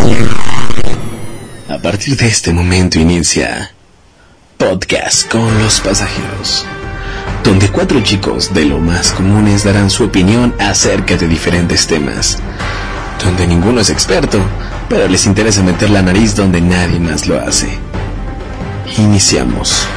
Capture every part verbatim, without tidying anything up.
A partir de este momento inicia Podcast con los pasajeros, donde cuatro chicos de lo más comunes darán su opinión acerca de diferentes temas, donde ninguno es experto, pero les interesa meter la nariz donde nadie más lo hace. Iniciamos.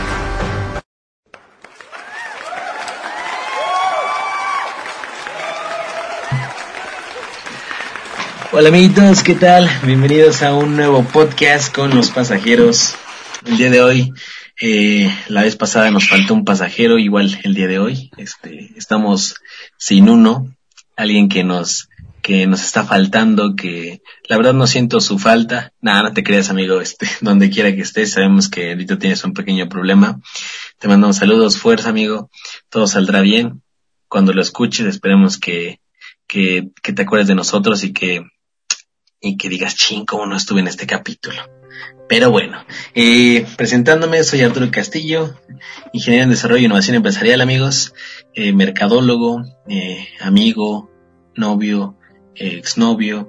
Hola amiguitos, ¿qué tal? Bienvenidos a un nuevo podcast con los pasajeros. El día de hoy, eh, la vez pasada nos faltó un pasajero, igual el día de hoy, este, estamos sin uno, alguien que nos, que nos está faltando, que la verdad no siento su falta. Nada, no te creas amigo, este, donde quiera que estés, sabemos que ahorita tienes un pequeño problema. Te mandamos saludos, fuerza amigo, todo saldrá bien. Cuando lo escuches esperemos que, que, que te acuerdes de nosotros y que y que digas, ching, cómo no estuve en este capítulo. Pero bueno, eh, presentándome, soy Arturo Castillo, ingeniero en desarrollo e innovación empresarial, amigos, eh, mercadólogo, eh, amigo, novio, eh, exnovio,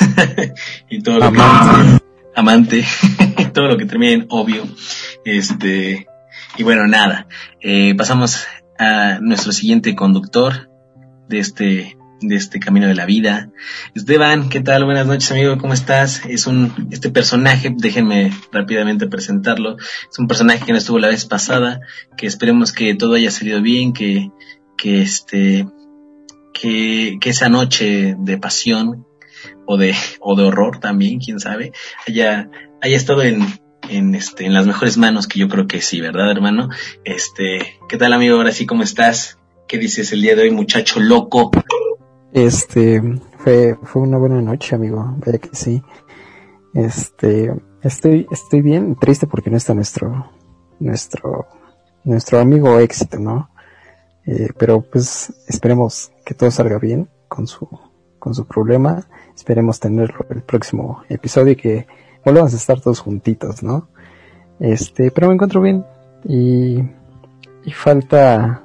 y todo lo amante, que, amante, todo lo que termine en obvio, este, y bueno, nada, eh, pasamos a nuestro siguiente conductor de este de este camino de la vida. Esteban, ¿qué tal? Buenas noches, amigo, ¿cómo estás? Es un, este personaje, déjenme rápidamente presentarlo, es un personaje que no estuvo la vez pasada, que esperemos que todo haya salido bien, que, que este, que, que esa noche de pasión, o de, o de horror también, quién sabe, haya, haya estado en, en este, en las mejores manos, que yo creo que sí, ¿verdad, hermano? Este, ¿qué tal, amigo? Ahora sí, ¿cómo estás? ¿Qué dices el día de hoy, muchacho loco? Este, fue, fue una buena noche, amigo, vaya que sí. Este, estoy, estoy bien triste porque no está nuestro, nuestro, nuestro amigo Éxito, ¿no? Eh, pero pues esperemos que todo salga bien con su, con su problema. Esperemos tenerlo el próximo episodio y que volvamos a estar todos juntitos, ¿no? Este, pero me encuentro bien y, y falta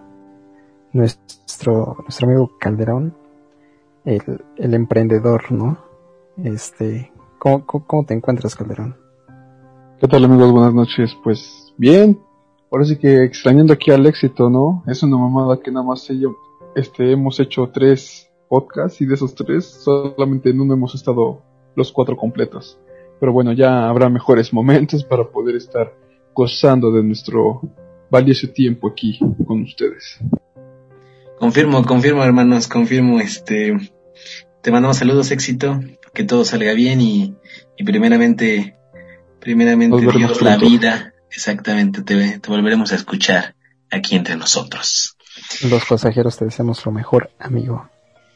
nuestro, nuestro amigo Calderón. El, el emprendedor, ¿no? Este, ¿cómo, cómo, ¿cómo te encuentras, Calderón? ¿Qué tal, amigos? Buenas noches. Pues bien, ahora sí que extrañando aquí al Éxito, ¿no? Es una mamada que nada más ella, este, hemos hecho tres podcasts y de esos tres solamente en uno hemos estado los cuatro completos. Pero bueno, ya habrá mejores momentos para poder estar gozando de nuestro valioso tiempo aquí con ustedes. Confirmo, confirmo, hermanos, confirmo, este, te mandamos saludos, Éxito, que todo salga bien y, y primeramente, primeramente Dios, la vida, exactamente, te, te volveremos a escuchar aquí entre nosotros. Los pasajeros te deseamos lo mejor, amigo.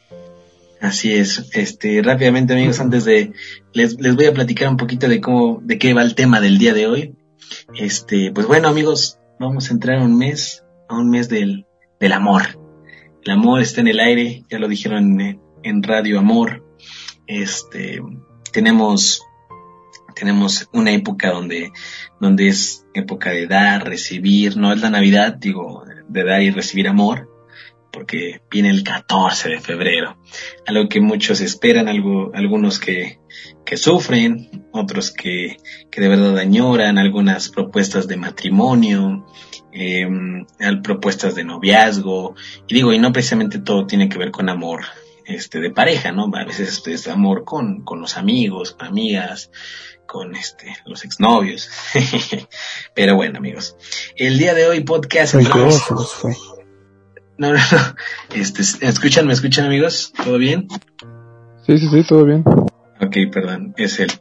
Así es, este, rápidamente, amigos, antes de, les, les voy a platicar un poquito de cómo, de qué va el tema del día de hoy. Este, pues bueno, amigos, vamos a entrar a un mes, a un mes del, del amor. El amor está en el aire, ya lo dijeron en, en Radio Amor. Este, tenemos, tenemos una época donde, donde es época de dar, recibir, no es la Navidad, digo, de dar y recibir amor, porque viene el catorce de febrero, algo que muchos esperan, algo, algunos que, que sufren, otros que, que de verdad añoran, algunas propuestas de matrimonio, eh, propuestas de noviazgo, y digo, y no precisamente todo tiene que ver con amor, este, de pareja, ¿no? A veces este es amor con, con los amigos, con amigas, con este, los exnovios. Pero bueno, amigos, el día de hoy podcast. Ay, Dios, se nos fue. No, no, no. Este, ¿escuchan? ¿Me escuchan, amigos? ¿Todo bien? Sí, sí, sí, todo bien. Ok, perdón, es él.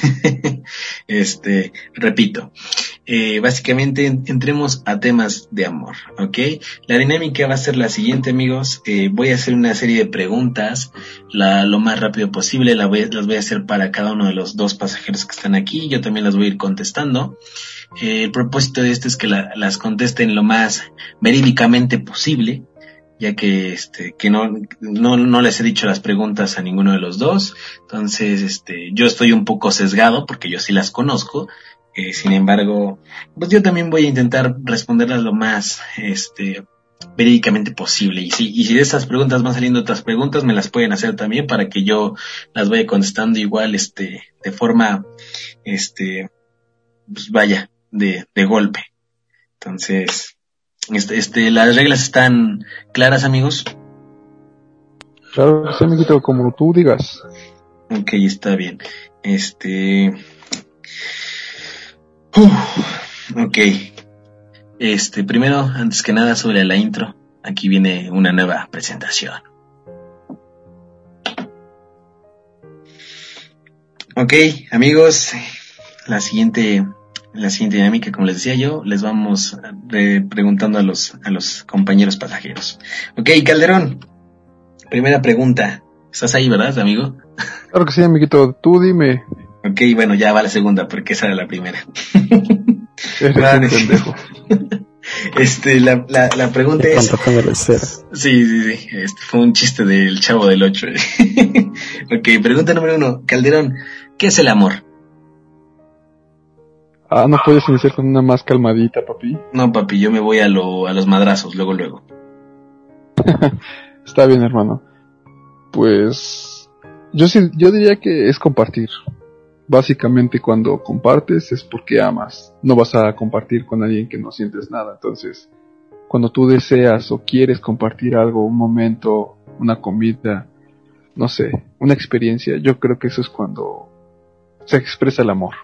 este, repito. Eh, básicamente entremos a temas de amor, ¿ok? La dinámica va a ser la siguiente, amigos. Eh, voy a hacer una serie de preguntas la, lo más rápido posible. La voy, las voy a hacer para cada uno de los dos pasajeros que están aquí. Yo también las voy a ir contestando. Eh, el propósito de esto es que la, las contesten lo más verídicamente posible, ya que este que no, no no les he dicho las preguntas a ninguno de los dos. Entonces, este yo estoy un poco sesgado porque yo sí las conozco. Eh, sin embargo, pues yo también voy a intentar responderlas lo más este verídicamente posible. Y si, y si de estas preguntas van saliendo otras preguntas, me las pueden hacer también para que yo las vaya contestando igual, este, de forma, este, pues vaya, de, de golpe. Entonces, este, este, las reglas están claras, amigos. Claro, sí, amiguito, como tú digas. Ok, está bien. Este, uf, ok. Este, primero, antes que nada, sobre la intro, aquí viene una nueva presentación. Ok, amigos, la siguiente, la siguiente dinámica, como les decía yo, les vamos re- preguntando a los, a los compañeros pasajeros. Ok, Calderón, primera pregunta. ¿Estás ahí, verdad, amigo? Claro que sí, amiguito, tú dime. Ok, bueno, ya va la segunda, porque esa era la primera. Eres Vale. un pendejo. Este, la, la, la pregunta es... ¿Cuánto fue de cero? Sí, sí, sí, este fue un chiste del Chavo del Ocho. Ok, pregunta número uno. Calderón, ¿qué es el amor? Ah, ¿no puedes iniciar con una más calmadita, papi? No, papi, yo me voy a, lo, a los madrazos, luego, luego. Está bien, hermano. Pues... Yo sí, yo diría que es compartir. Básicamente cuando compartes es porque amas. No vas a compartir con alguien que no sientes nada. Entonces, cuando tú deseas o quieres compartir algo, un momento, una comida, no sé, una experiencia, yo creo que eso es cuando se expresa el amor.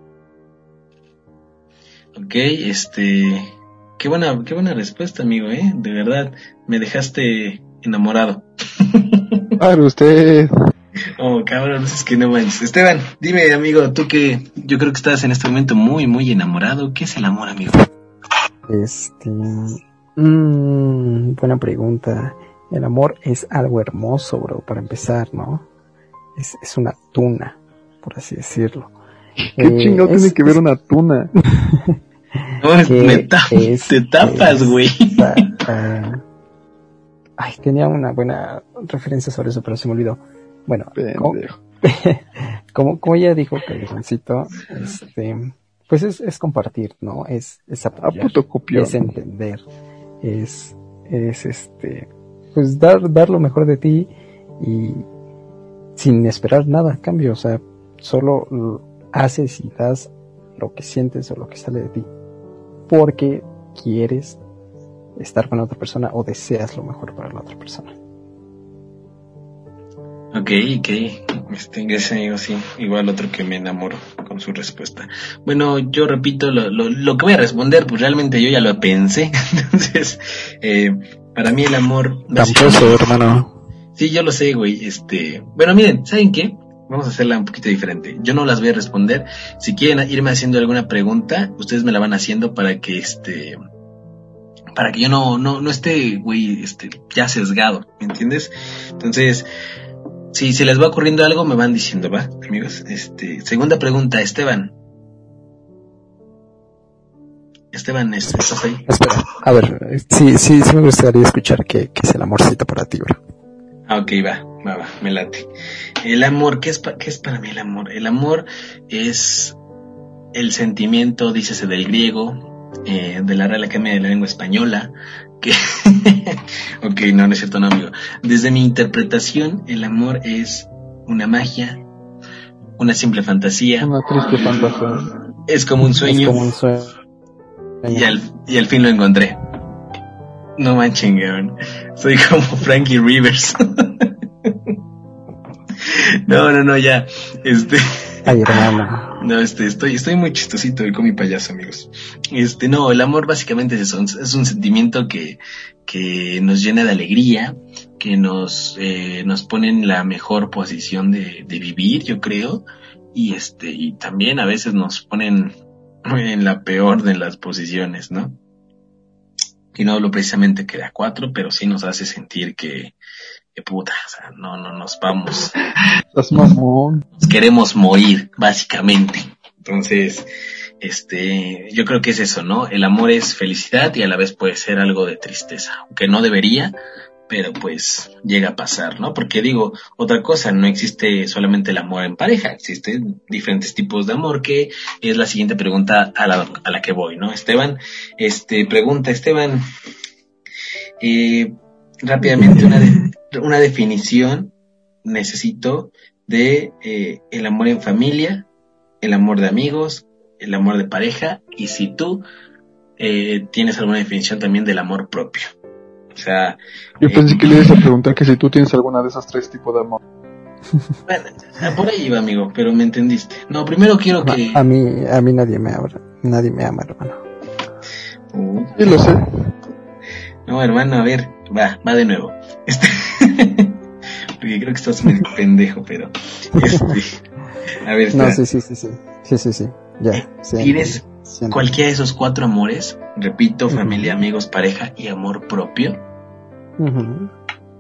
Ok, este... Qué buena, qué buena respuesta, amigo, ¿eh? De verdad, me dejaste enamorado. Claro, usted... Oh, cabrón, es que no manches. Esteban, dime, amigo, tú que yo creo que estás en este momento muy, muy enamorado. ¿Qué es el amor, amigo? Este, mmm, buena pregunta. El amor es algo hermoso, bro, para empezar, ¿no? Es, es una tuna, por así decirlo. ¿Qué Eh, chingado es- tiene que ver es- una tuna? No, que me ta- es- te tapas, es- güey. ah, ah, ay, tenía una buena referencia sobre eso, pero se me olvidó. Bueno, como, Pendejo. como, como ya dijo Callejoncito, este, pues es, es compartir, ¿no? Es, es Ah, apoyar, puto copión. es entender, es, es este, pues dar, dar lo mejor de ti y sin esperar nada a cambio, o sea, solo lo haces y das lo que sientes o lo que sale de ti, porque quieres estar con la otra persona o deseas lo mejor para la otra persona. Ok, ok. Este, gracias, amigo, sí. Igual otro que me enamoró con su respuesta. Bueno, yo repito, lo, lo, lo que voy a responder, pues realmente yo ya lo pensé. Entonces, eh, para mí el amor... Tramposo, hermano. Sí, yo lo sé, güey. Este, bueno, miren, ¿saben qué? Vamos a hacerla un poquito diferente. Yo no las voy a responder. Si quieren irme haciendo alguna pregunta, ustedes me la van haciendo para que este, para que yo no, no, no esté, güey, este, ya sesgado, ¿me entiendes? Entonces, si se les va ocurriendo algo, me van diciendo, ¿va, amigos? Este, segunda pregunta, Esteban. Esteban, ¿estás ahí? Espera, a ver, sí, sí, sí me gustaría escuchar qué, qué es el amorcito para ti, bro. Ah, ok, va, va, va, me late. El amor, ¿qué es, pa- qué es para mí el amor? El amor es el sentimiento, dícese del griego, eh, de la Real Academia de la Lengua Española, que... ok, no, no es cierto, no, amigo. Desde mi interpretación, el amor es una magia, una simple fantasía, Una triste fantasía. es como un Es sueño, como un sueño. y, al, y al fin lo encontré. No manchen, cabrón. Soy como Frankie Rivers. No, no, no, ya. Este... Ay, hermano. No, este, estoy, estoy muy chistosito hoy con mi payaso, amigos. Este, no, el amor básicamente es eso, es un sentimiento que, que nos llena de alegría, que nos, eh, nos pone en la mejor posición de, de vivir, yo creo, y este, y también a veces nos ponen en la peor de las posiciones, ¿no? Y no hablo precisamente que de a cuatro, pero sí nos hace sentir que, que puta, o sea, no, no nos vamos. Estás mamón. Nos queremos morir, básicamente. Entonces, este, yo creo que es eso, ¿no? El amor es felicidad y a la vez puede ser algo de tristeza, aunque no debería, pero pues llega a pasar, ¿no? Porque digo, otra cosa, no existe solamente el amor en pareja, existen diferentes tipos de amor, que es la siguiente pregunta a la, a la que voy, ¿no? Esteban, este, pregunta, Esteban, Eh, rápidamente, una, de, una definición necesito de eh, el amor en familia, el amor de amigos, el amor de pareja, y si tú eh, tienes alguna definición también del amor propio. O sea... Yo eh, pensé que le ibas a preguntar que si tú tienes alguna de esas tres tipos de amor. Bueno, por ahí iba, amigo, pero me entendiste. No, primero quiero que... A, a mí, a mí nadie me ama, nadie me ama, hermano. Uh, Sí, lo sé. No, hermano, a ver, va, va de nuevo. Este... Porque creo que estás medio pendejo, pero... Este... A ver, espera. No, sí, sí, sí, sí, sí, sí, sí, ya. Sí, ¿Tienes sí, cualquiera de esos cuatro amores? Repito, uh-huh. Familia, amigos, pareja y amor propio. Uh-huh.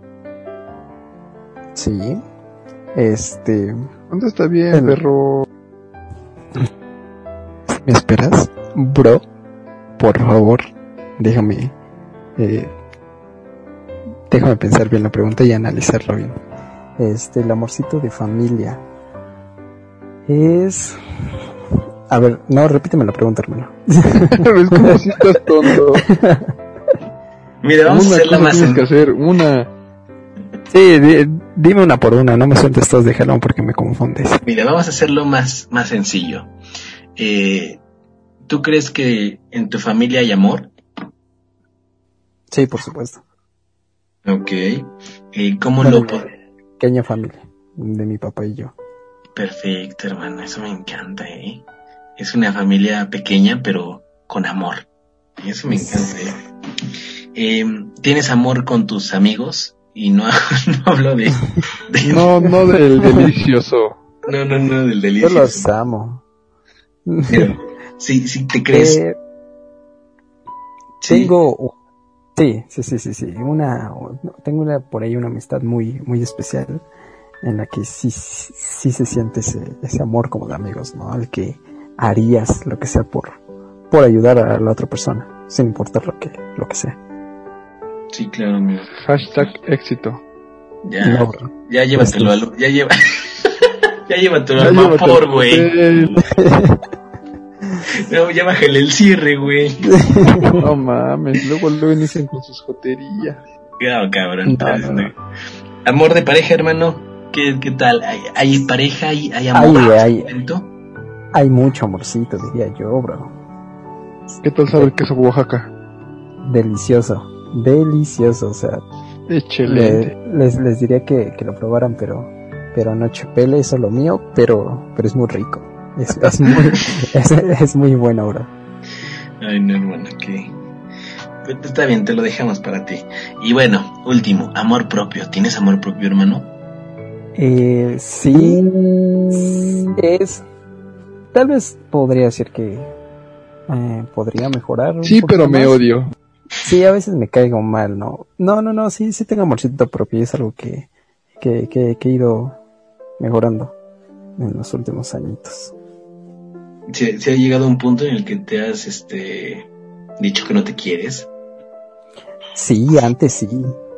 Sí. Este... ¿Dónde está bien, el... perro? ¿Me esperas? Bro, por favor, déjame... Eh, déjame pensar bien la pregunta y analizarla bien. Este, el amorcito de familia es... A ver, no, repíteme la pregunta, hermano. Es como si estás tonto. Mira, vamos una a hacerla más... Tienes en... que hacer, una... Sí, di, dime una por una, no me sueltes todos de jalón porque me confundes. Mira, vamos a hacerlo más, más sencillo. Eh, ¿Tú crees que en tu familia hay amor? Sí, por supuesto. Ok. Eh, ¿Cómo bueno, lo puedo...? Pequeña familia, de mi papá y yo. Perfecto, hermano, eso me encanta, ¿eh? Es una familia pequeña, pero con amor. Eso me encanta, ¿eh? Eh, ¿Tienes amor con tus amigos? Y no, no hablo de, de... No, no del delicioso. No, no, no, del delicioso. Yo los amo. Pero, si, si te crees... Eh, ¿sí? Tengo... Sí, sí, sí, sí, sí. Una, tengo una, por ahí una amistad muy, muy especial en la que sí, sí, sí se siente ese, ese amor como de amigos, ¿no? Al que harías lo que sea por, por ayudar a la otra persona, sin importar lo que, lo que sea. Sí, claro, amigo. Hashtag éxito. Ya, no, ya llévatelo, al, ya lleva, ya llévatelo al vapor, güey. No, ya bájale el cierre, güey. No mames, luego luego inician con sus joterías. Cuidado, cabrón. No, no, no. Amor de pareja, hermano. ¿Qué, qué tal? ¿Hay, hay pareja? ¿Hay, hay amor? Hay, hay, hay mucho amorcito, diría yo, bro. ¿Qué tal sabe el queso Oaxaca? Delicioso, delicioso, o sea. Excelente. Le, les, les diría que, que lo probaran, pero pero no chupele, eso es lo mío, pero pero es muy rico. Es, es muy es, es muy bueno, bro. Ay, no, hermano, que está bien, te lo dejamos para ti. Y bueno, último, amor propio. ¿Tienes amor propio, hermano? Eh, sí, es tal vez podría decir que eh, podría mejorar. Un sí, pero me más. odio. Sí, a veces me caigo mal, ¿no? No, no, no, sí, sí tengo amorcito propio y es algo que que, que, que he ido mejorando en los últimos añitos. ¿Se, se ha llegado a un punto en el que te has este dicho que no te quieres? Sí, antes sí.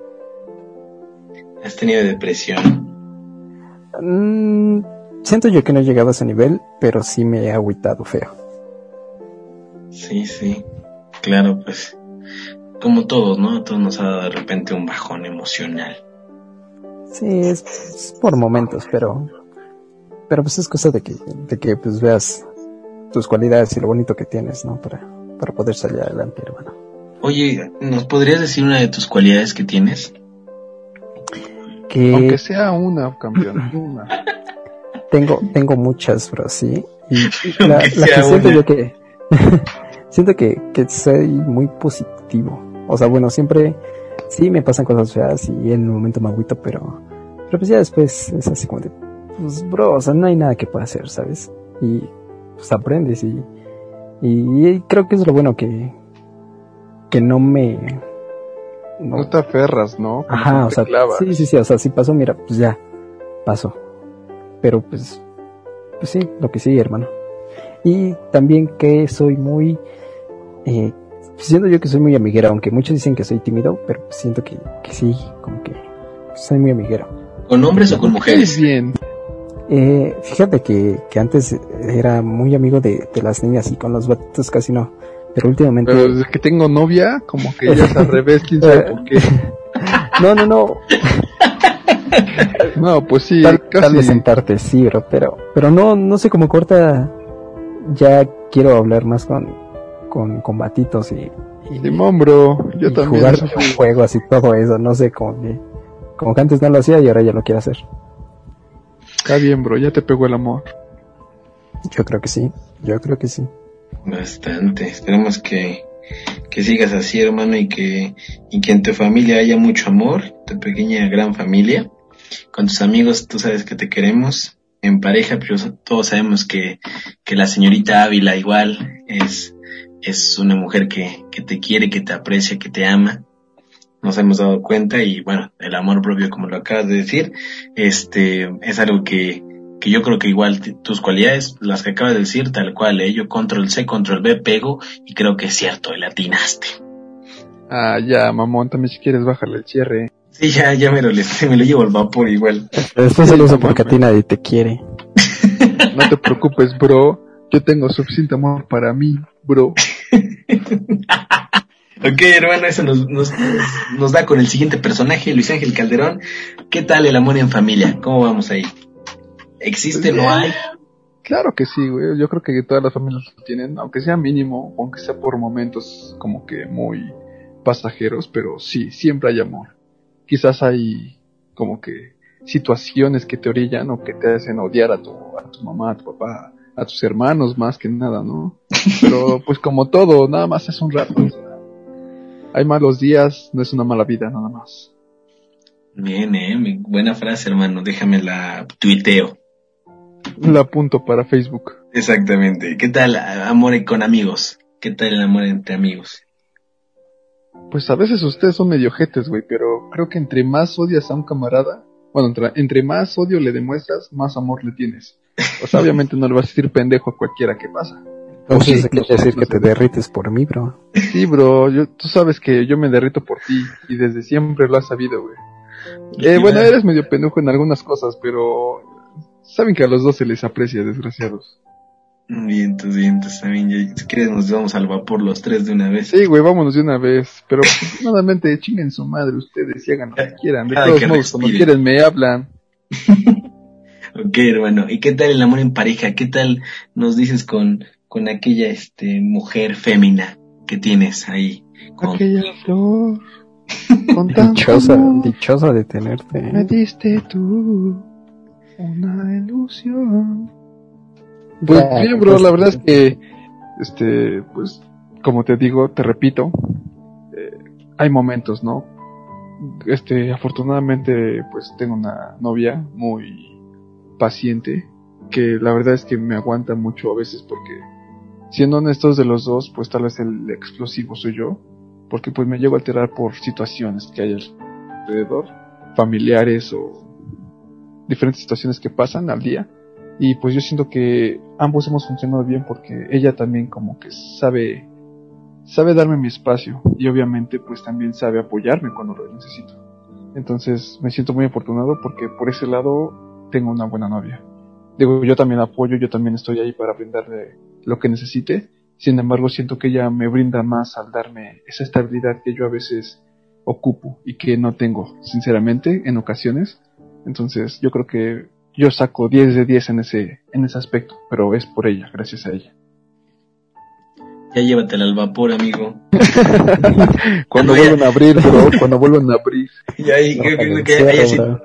¿Has tenido depresión? Mm, siento yo que no he llegado a ese nivel, pero sí me he agüitado feo. Sí, sí, claro, pues como todos, ¿no? A todos nos ha dado de repente un bajón emocional. Sí, es, es por momentos, pero pero pues es cosa de que de que pues veas tus cualidades y lo bonito que tienes, ¿no? Para, para poder salir adelante, hermano. Oye, ¿nos podrías decir una de tus cualidades que tienes? Que... Aunque sea una, campeón, una. Tengo, tengo muchas, bro, sí. Y la, la que siento yo que... siento que, que soy muy positivo. O sea, bueno, siempre... Sí me pasan cosas feas y en el momento me agüito, pero... Pero pues ya después es así como de... Pues, bro, o sea, no hay nada que pueda hacer, ¿sabes? Y... pues aprendes y, y y creo que es lo bueno que que no me no, no te aferras, ¿no? Como ajá, o sea, clavas. sí, sí, sí, o sea, si pasó, mira, pues ya pasó, pero pues pues sí, lo que sí, hermano. Y también que soy muy eh, siento yo que soy muy amiguero, aunque muchos dicen que soy tímido, pero pues siento que, que sí, como que soy muy amiguero. ¿Con hombres o con mujeres? Bien. Eh, fíjate que, que antes era muy amigo de, de las niñas y con los vatos casi no, pero últimamente... Pero desde que tengo novia, como que ya es al revés, quién sabe por qué. No, no, no. No, pues sí, tal, casi... tal vez en parte sí, bro, pero, pero no, no sé, como corta, ya quiero hablar más con, con, con batitos y... y Simón, bro, yo y también. jugar juegos y todo eso, no sé, como que, como que antes no lo hacía y ahora ya lo quiero hacer. Está bien, bro, ya te pegó el amor. Yo creo que sí, yo creo que sí. Bastante. Esperemos que, que sigas así, hermano, y que, y que en tu familia haya mucho amor, tu pequeña gran familia. Con tus amigos, tú sabes que te queremos. En pareja, pero todos sabemos que, que la señorita Ávila igual es, es una mujer que, que te quiere, que te aprecia, que te ama. Nos hemos dado cuenta y bueno, el amor propio, como lo acabas de decir, este, es algo que, que yo creo que igual t- tus cualidades, las que acabas de decir, tal cual, ¿eh? Yo control C, control V, pego y creo que es cierto, le atinaste. Ah, ya, mamón, también si quieres bájale el cierre. Sí, ya, ya me lo, me lo llevo al vapor igual. Después se lo uso porque a ti nadie te quiere. No te preocupes, bro, yo tengo suficiente amor para mí, bro. Ok, hermano, eso nos, nos, nos da con el siguiente personaje, Luis Ángel Calderón. ¿Qué tal el amor en familia? ¿Cómo vamos ahí? ¿Existe, no hay? Claro que sí, güey. Yo creo que todas las familias lo tienen, aunque sea mínimo, aunque sea por momentos como que muy pasajeros, pero sí, siempre hay amor. Quizás hay como que situaciones que te orillan o que te hacen odiar a tu, a tu mamá, a tu papá, a tus hermanos más que nada, ¿no? Pero pues como todo, nada más es un rato. O sea, hay malos días, no es una mala vida, nada más. Bien, eh, mi- buena frase, hermano. Déjame la tuiteo. La apunto para Facebook. Exactamente. ¿Qué tal a- amor con amigos? ¿Qué tal el amor entre amigos? Pues a veces ustedes son medio jetes, güey, pero creo que entre más odias a un camarada, bueno, entre, entre más odio le demuestras, más amor le tienes. O sea, obviamente no le vas a decir pendejo a cualquiera que pasa. Entonces, sí, quiere no, decir no que sé. te derrites por mí, bro. Sí, bro, yo, tú sabes que yo me derrito por ti y desde siempre lo has sabido, güey. Eh, bueno, eres medio pendejo en algunas cosas, pero saben que a los dos se les aprecia, desgraciados. Vientos, vientos, también. Ya, si quieres nos vamos al vapor los tres de una vez. Sí, güey, vámonos de una vez, pero afortunadamente chinguen su madre ustedes y hagan lo que quieran. De Cada todos que modos, cuando respiren. quieren me hablan. Ok, hermano. ¿Y qué tal el amor en pareja? ¿Qué tal nos dices con, con aquella este mujer fémina que tienes ahí? Con... Aquella flor con tanto Dichosa, amor, dichosa de tenerte. me diste tú una ilusión. Pues Ya, bien, bro, pues, la verdad es que, este, pues, como te digo, te repito, eh, hay momentos, ¿no? Este, afortunadamente, pues, tengo una novia muy paciente, que la verdad es que me aguanta mucho a veces porque, siendo honestos de los dos, pues tal vez el explosivo soy yo, porque pues me llego a alterar por situaciones que hay alrededor, familiares o diferentes situaciones que pasan al día. Y pues yo siento que ambos hemos funcionado bien porque ella también como que sabe sabe darme mi espacio y obviamente pues también sabe apoyarme cuando lo necesito. Entonces me siento muy afortunado porque por ese lado tengo una buena novia. Digo, yo también apoyo, yo también estoy ahí para brindarle lo que necesite. Sin embargo, siento que ella me brinda más al darme esa estabilidad que yo a veces ocupo y que no tengo, sinceramente, en ocasiones. Entonces yo creo que yo saco diez de diez en ese en ese aspecto, pero es por ella, gracias a ella. Ya llévatela al vapor, amigo. Cuando No, ya- vuelvan a abrir, bro, cuando vuelvan a abrir. Ya ahí, no, creo que- el que cierre, ahí así- bro.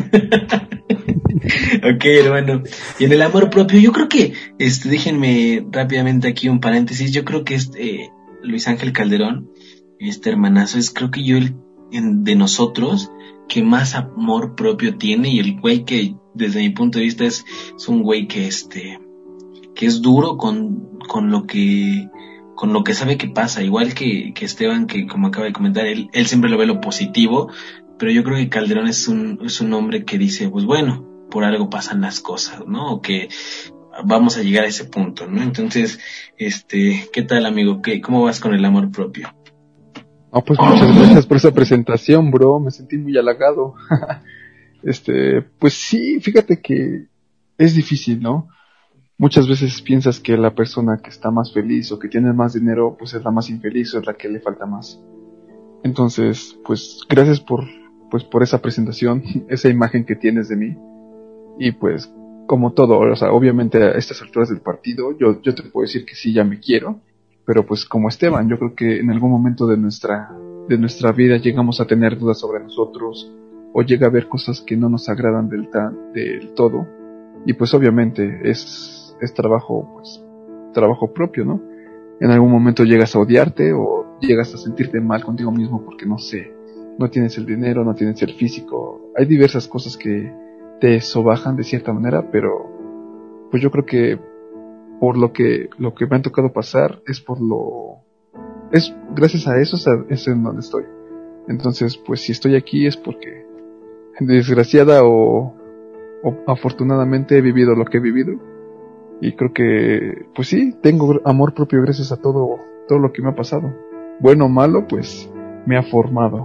Ok, hermano. Y en el amor propio, yo creo que, este, déjenme rápidamente aquí un paréntesis. Yo creo que este eh, Luis Ángel Calderón, este hermanazo, es creo que yo el en- de nosotros que más amor propio tiene y el güey que desde mi punto de vista es, es un güey que este que es duro con, con lo que con lo que sabe que pasa, igual que, que Esteban, que como acaba de comentar, él, él siempre lo ve lo positivo, pero yo creo que Calderón es un, es un hombre que dice, pues bueno, por algo pasan las cosas, ¿no? O que vamos a llegar a ese punto, ¿no? Entonces, este, ¿qué tal, amigo? ¿Qué, cómo vas con el amor propio? Ah, pues muchas gracias por esa presentación, bro, me sentí muy halagado. Este, pues sí, fíjate que es difícil, ¿no? muchas veces piensas que la persona que está más feliz o que tiene más dinero, pues es la más infeliz o es la que le falta más. Entonces, pues gracias por, pues por esa presentación, esa imagen que tienes de mí. Y pues, como todo, o sea, obviamente a estas alturas del partido, yo, yo te puedo decir que sí, ya me quiero, pero pues como Esteban, yo creo que en algún momento de nuestra, de nuestra vida llegamos a tener dudas sobre nosotros, o llega a haber cosas que no nos agradan del, tan, del todo, y pues obviamente es es trabajo, pues, trabajo propio, ¿no? En algún momento llegas a odiarte o llegas a sentirte mal contigo mismo porque, no sé, no tienes el dinero, no tienes el físico. Hay diversas cosas que te sobajan de cierta manera, pero pues yo creo que por lo que lo que me han tocado pasar es por lo... es gracias a eso es en donde estoy. Entonces, pues si estoy aquí es porque desgraciada o, o afortunadamente he vivido lo que he vivido. Y creo que, pues sí, tengo amor propio gracias a todo, todo lo que me ha pasado. Bueno o malo, pues, me ha formado.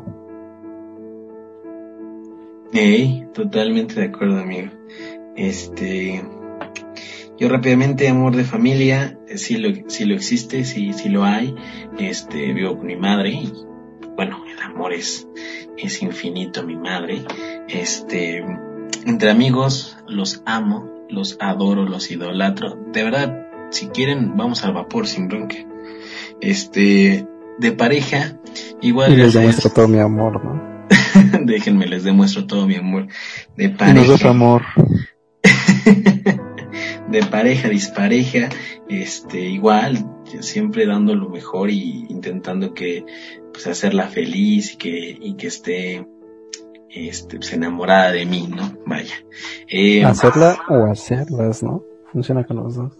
Hey, totalmente de acuerdo, amigo. Este, yo rápidamente, amor de familia, sí lo, sí lo existe, sí, sí lo hay. Este, vivo con mi madre y, bueno, el amor es, es infinito, mi madre. Este, entre amigos, los amo. Los adoro, los idolatro. De verdad, si quieren, vamos al vapor sin bronca. Este, de pareja, igual. Y les demuestro todo mi amor, ¿no? Déjenme, les demuestro todo mi amor. De pareja. Y nos das amor. De pareja, dispareja, este, igual, siempre dando lo mejor y intentando que, pues, hacerla feliz y que, y que esté, este, pues, enamorada de mí, ¿no? Vaya. Eh, Hacerla o hacerlas, ¿no? Funciona con los dos.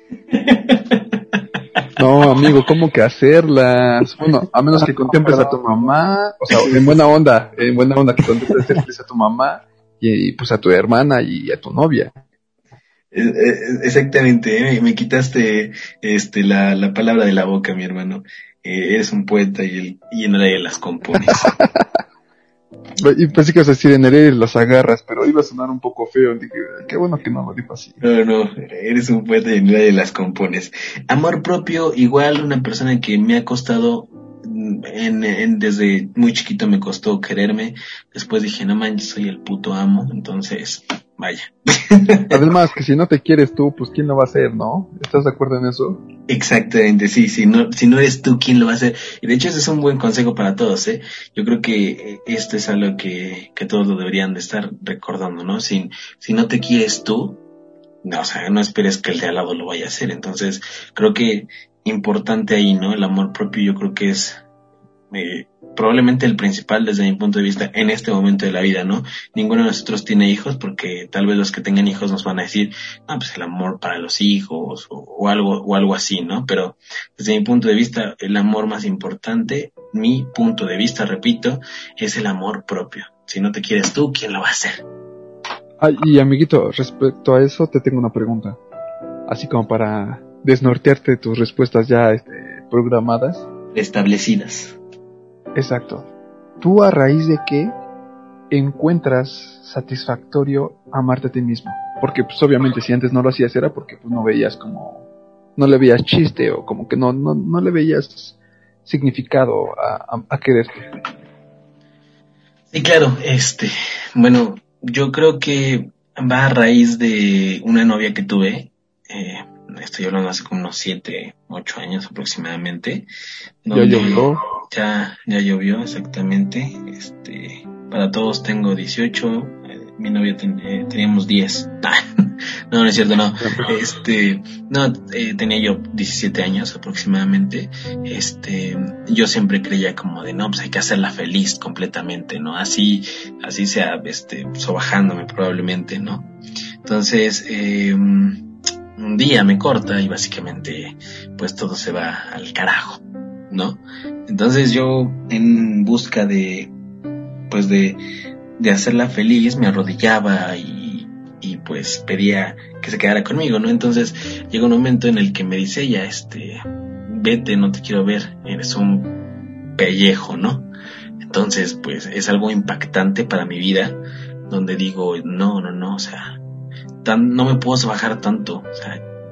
No, amigo, ¿cómo que hacerlas? Bueno, a menos que contemples a tu mamá, o sea, en buena onda, en buena onda que contemples a tu mamá y, y pues a tu hermana y a tu novia. Exactamente, ¿eh? Me quitaste este la, la palabra de la boca, mi hermano. Eh, eres un poeta y, el, y en el las compones. Y pensé que ibas a decir en el las agarras, pero iba a sonar un poco feo. Dije, qué bueno que no lo dijo así. No, no, eres un poeta y en el las compones. Amor propio, igual una persona que me ha costado, en, en, desde muy chiquito me costó quererme. Después dije, no manches, soy el puto amo, entonces, vaya. Además, que si no te quieres tú, pues ¿quién lo va a hacer, no? ¿Estás de acuerdo en eso? Exactamente, sí, si no, si no eres tú, ¿quién lo va a hacer? Y de hecho ese es un buen consejo para todos, ¿eh? Yo creo que esto es algo que, que todos lo deberían de estar recordando, ¿no? Si, si no te quieres tú, no, o sea, no esperes que el de al lado lo vaya a hacer. Entonces, creo que importante ahí, ¿no? El amor propio yo creo que es eh, probablemente el principal desde mi punto de vista en este momento de la vida, ¿no? Ninguno de nosotros tiene hijos porque tal vez los que tengan hijos nos van a decir, ah, pues el amor para los hijos o, o algo o algo así, ¿no? Pero desde mi punto de vista, el amor más importante, mi punto de vista, repito, es el amor propio. Si no te quieres tú, ¿quién lo va a hacer? Ah, y amiguito, respecto a eso te tengo una pregunta. Así como para desnortearte tus respuestas ya este, programadas. Establecidas. Exacto. ¿Tú a raíz de qué encuentras satisfactorio amarte a ti mismo? Porque pues obviamente si antes no lo hacías era porque pues no veías como... no le veías chiste o como que no, no, no le veías significado a, a, a quererte. Sí, claro, este... bueno... yo creo que va a raíz de una novia que tuve, eh, estoy hablando hace como unos siete, ocho años aproximadamente. Ya llovió. Ya, ya llovió, exactamente. Este, para todos tengo dieciocho, eh, mi novia ten, eh, teníamos diez. No, no es cierto, no. Este, no, eh, tenía yo diecisiete años aproximadamente. Este, yo siempre creía como de, no, pues hay que hacerla feliz completamente, ¿no? Así, así sea, este, sobajándome probablemente, ¿no? Entonces, eh, un día me corta y básicamente, pues todo se va al carajo, ¿no? Entonces yo, en busca de, pues de, de hacerla feliz, me arrodillaba y y pues pedía que se quedara conmigo, ¿no? Entonces llega un momento en el que me dice ella, este, vete, no te quiero ver, eres un pellejo, ¿no? Entonces, pues es algo impactante para mi vida, donde digo, no, no, no, o sea, tan, no me puedo bajar tanto, o sea,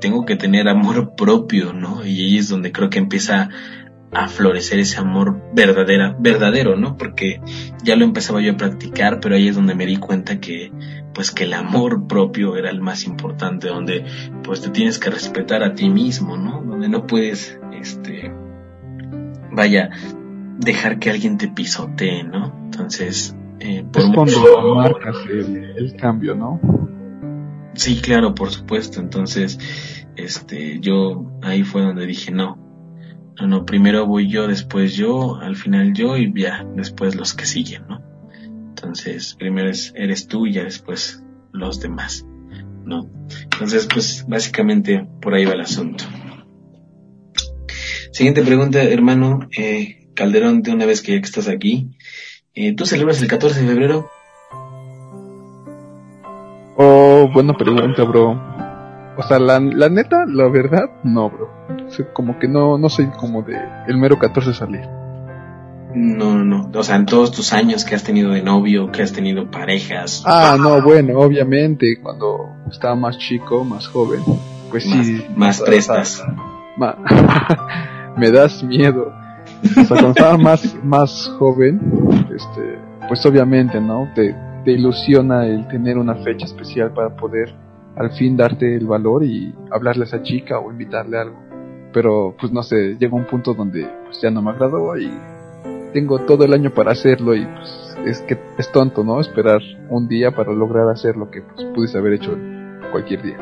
tengo que tener amor propio, ¿no? Y ahí es donde creo que empieza a florecer ese amor verdadera, verdadero, ¿no? Porque ya lo empezaba yo a practicar, pero ahí es donde me di cuenta que, pues, que el amor propio era el más importante, donde, pues, te tienes que respetar a ti mismo, ¿no? Donde no puedes, este, vaya, dejar que alguien te pisotee, ¿no? Entonces, eh, por es cuando mucho... marcas el, el cambio, ¿no? Sí, claro, por supuesto. Entonces, este, yo ahí fue donde dije, no, no, no, primero voy yo, después yo, al final yo y ya, después los que siguen, ¿no? Entonces, primero es, eres tú y ya después los demás, ¿no? Entonces, pues, básicamente por ahí va el asunto. Siguiente pregunta, hermano, eh, Calderón, de una vez que ya que estás aquí, eh, ¿tú celebras el catorce de febrero? Oh, buena pregunta, bro. O sea, la, la neta, la verdad, no, bro. O sea, como que no, no soy como de el mero catorce salir. No, no, no. O sea, en todos tus años que has tenido de novio, que has tenido parejas. Ah, no, bueno, obviamente, cuando estaba más chico, más joven, pues más, sí. Más o prestas. sea, ma- me das miedo. O sea, cuando estaba más, más joven, este, pues obviamente, ¿no? Te, te ilusiona el tener una fecha especial para poder al fin darte el valor y hablarle a esa chica o invitarle a algo. Pero pues no sé, llega un punto donde pues ya no me agradó y tengo todo el año para hacerlo y pues es que es tonto, ¿no? Esperar un día para lograr hacer lo que pues pudiese haber hecho cualquier día.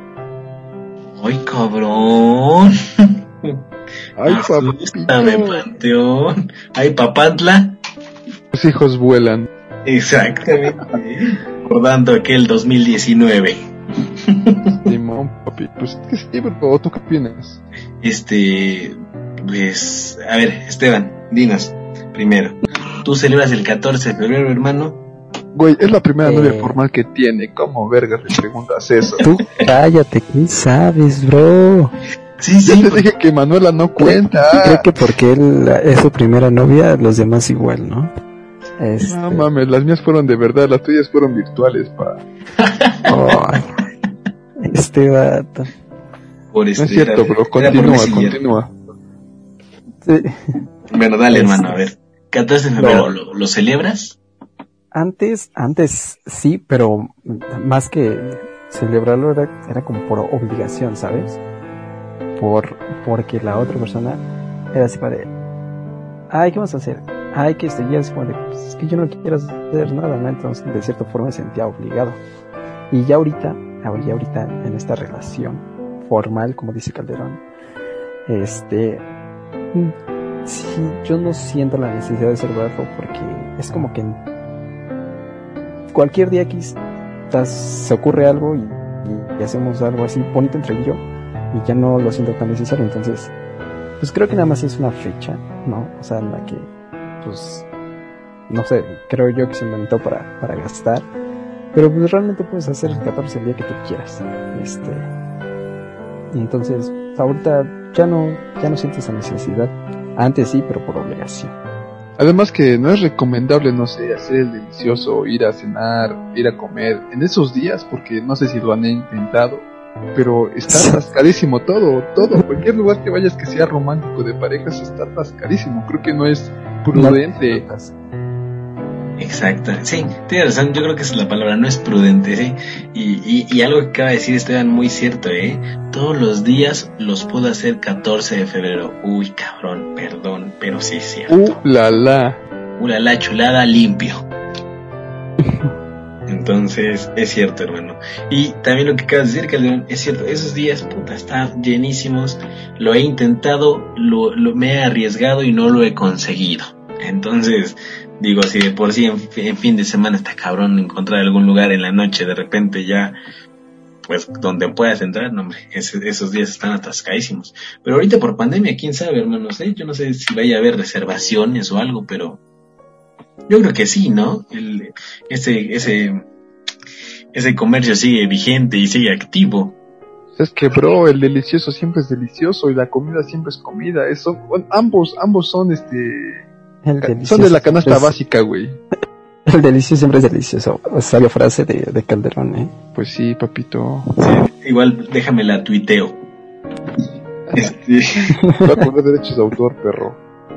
¡Ay, cabrón! ¡Ay, Asústame, papito! Panteón. ¡Ay, Papantla! Los hijos vuelan. Exactamente. Recordando aquel dos mil diecinueve. Simón, papi, pues es que sí, bro, ¿tú qué opinas? Este, pues, a ver, Esteban, dinos, primero, ¿tú celebras el catorce de febrero, hermano? Güey, es la primera Eh. novia formal que tiene. ¿Cómo vergas le preguntas eso? Tú cállate, ¿qué sabes, bro? Sí, Ya sí. te dije que Manuela no cuenta. Creo que porque él es su primera novia, los demás igual, ¿no? Este... No mames, las mías fueron de verdad, las tuyas fueron virtuales, pa. Ay, este vato. Por No este, es cierto, era- bro, era por continúa, messenger. continúa. Sí. Bueno, dale, Este- hermano, a ver. catorce de febrero, No. ¿lo, lo celebras? Antes, antes sí, pero más que celebrarlo era, era como por obligación, ¿sabes? Por, porque la otra persona era así para de, ay, ¿qué vamos a hacer? Ay, que este, ya es como de, pues es que yo no quiero hacer nada, ¿no? Entonces, de cierta forma me sentía obligado. Y ya ahorita, ahora ya ahorita en esta relación formal, como dice Calderón, este, mm, sí, yo no siento la necesidad de celebrarlo porque es como que cualquier día quizás se ocurre algo y, y- y hacemos algo así bonito entre él y yo y ya no lo siento tan necesario. Entonces, pues creo que nada más es una fecha, ¿no? O sea, en la que, pues, no sé, creo yo que se inventó para, para gastar, pero pues realmente puedes hacer el catorce el día que tú quieras. Este, y entonces, ahorita ya no, ya no siento esa necesidad. Antes sí, pero por obligación. Además que no es recomendable, no sé, hacer el delicioso, ir a cenar, ir a comer en esos días, porque no sé si lo han intentado, pero está atascadísimo todo, todo, cualquier lugar que vayas que sea romántico de parejas está atascadísimo, creo que no es prudente. Exacto, sí, tienes razón, yo creo que esa es la palabra, no es prudente, ¿sí? Y, y, y algo que acaba de decir Esteban muy cierto, ¿eh? Todos los días los puedo hacer catorce de febrero. Uy, cabrón, perdón, pero sí es cierto. Uh, la la. Una la chulada limpio. Entonces, es cierto, hermano. Y también lo que acabas de decir, Calderón, es cierto, esos días, puta, están llenísimos. Lo he intentado, lo, lo me he arriesgado y no lo he conseguido. Entonces, digo, si de por sí en, en fin de semana está cabrón encontrar algún lugar en la noche, de repente ya, pues, donde puedas entrar, no, hombre, ese, esos días están atascadísimos. Pero ahorita por pandemia, quién sabe, hermanos, ¿eh? Yo no sé si vaya a haber reservaciones o algo, pero yo creo que sí, ¿no? El, ese, ese, ese comercio sigue vigente y sigue activo. Es que, bro, el delicioso siempre es delicioso y la comida siempre es comida. Eso, bueno, ambos, ambos son, este, El son delicioso de la canasta es- básica, güey. El delicioso siempre es delicioso. Sabia frase de, de Calderón, ¿eh? Pues sí, papito. Sí, igual déjame la tuiteo. Este... Va a poner derechos de autor, perro.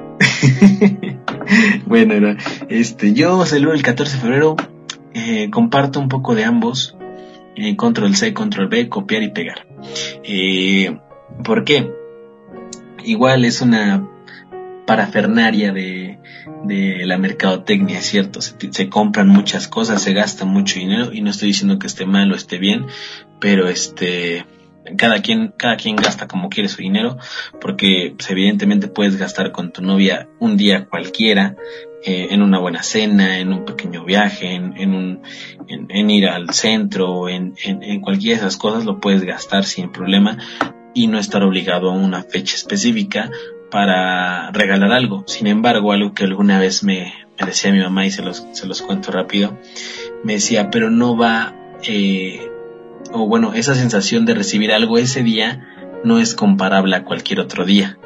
Bueno, no, este, yo celebro el catorce de febrero, eh, comparto un poco de ambos, eh, control C, control V, copiar y pegar. Eh, ¿Por qué? Igual es una parafernaria de, de la mercadotecnia, es cierto, se, se compran muchas cosas, se gasta mucho dinero, y no estoy diciendo que esté mal o esté bien, pero este... cada quien cada quien gasta como quiere su dinero, porque pues, evidentemente puedes gastar con tu novia un día cualquiera, eh, en una buena cena, en un pequeño viaje, en, en un en, en ir al centro, en, en, en cualquiera de esas cosas lo puedes gastar sin problema y no estar obligado a una fecha específica para regalar algo. Sin embargo, algo que alguna vez me, me decía mi mamá, y se los se los cuento rápido, me decía, pero no va eh, o bueno, esa sensación de recibir algo ese día no es comparable a cualquier otro día.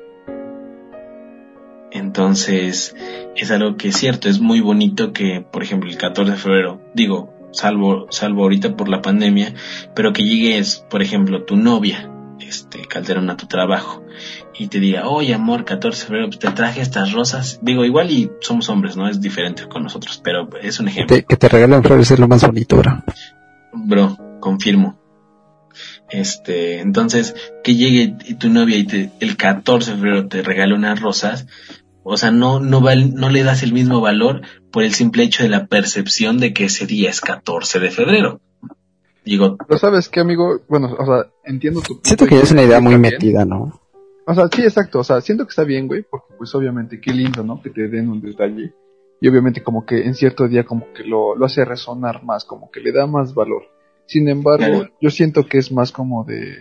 Entonces, es algo que es cierto, es muy bonito que, por ejemplo, el catorce de febrero, digo, salvo salvo ahorita por la pandemia, pero que llegues, por ejemplo, tu novia, este, Calderón, a tu trabajo, y te diga, oye, amor, catorce de febrero, pues te traje estas rosas. Digo, igual y somos hombres, ¿no? Es diferente con nosotros, pero es un ejemplo. Que te, que te regalen flores es lo más bonito, bro. Bro, confirmo. Este, entonces, que llegue tu novia y te, el catorce de febrero te regale unas rosas, o sea, no, no val, no le das el mismo valor por el simple hecho de la percepción de que ese día es catorce de febrero. Digo, pero sabes qué, amigo, bueno, o sea, entiendo tu punto. Siento que ya es una idea muy metida, ¿no? O sea, sí, exacto, o sea, siento que está bien, güey, porque pues obviamente qué lindo, ¿no? Que te den un detalle. Y obviamente como que en cierto día como que lo, lo hace resonar más, como que le da más valor. Sin embargo, claro, yo siento que es más como de...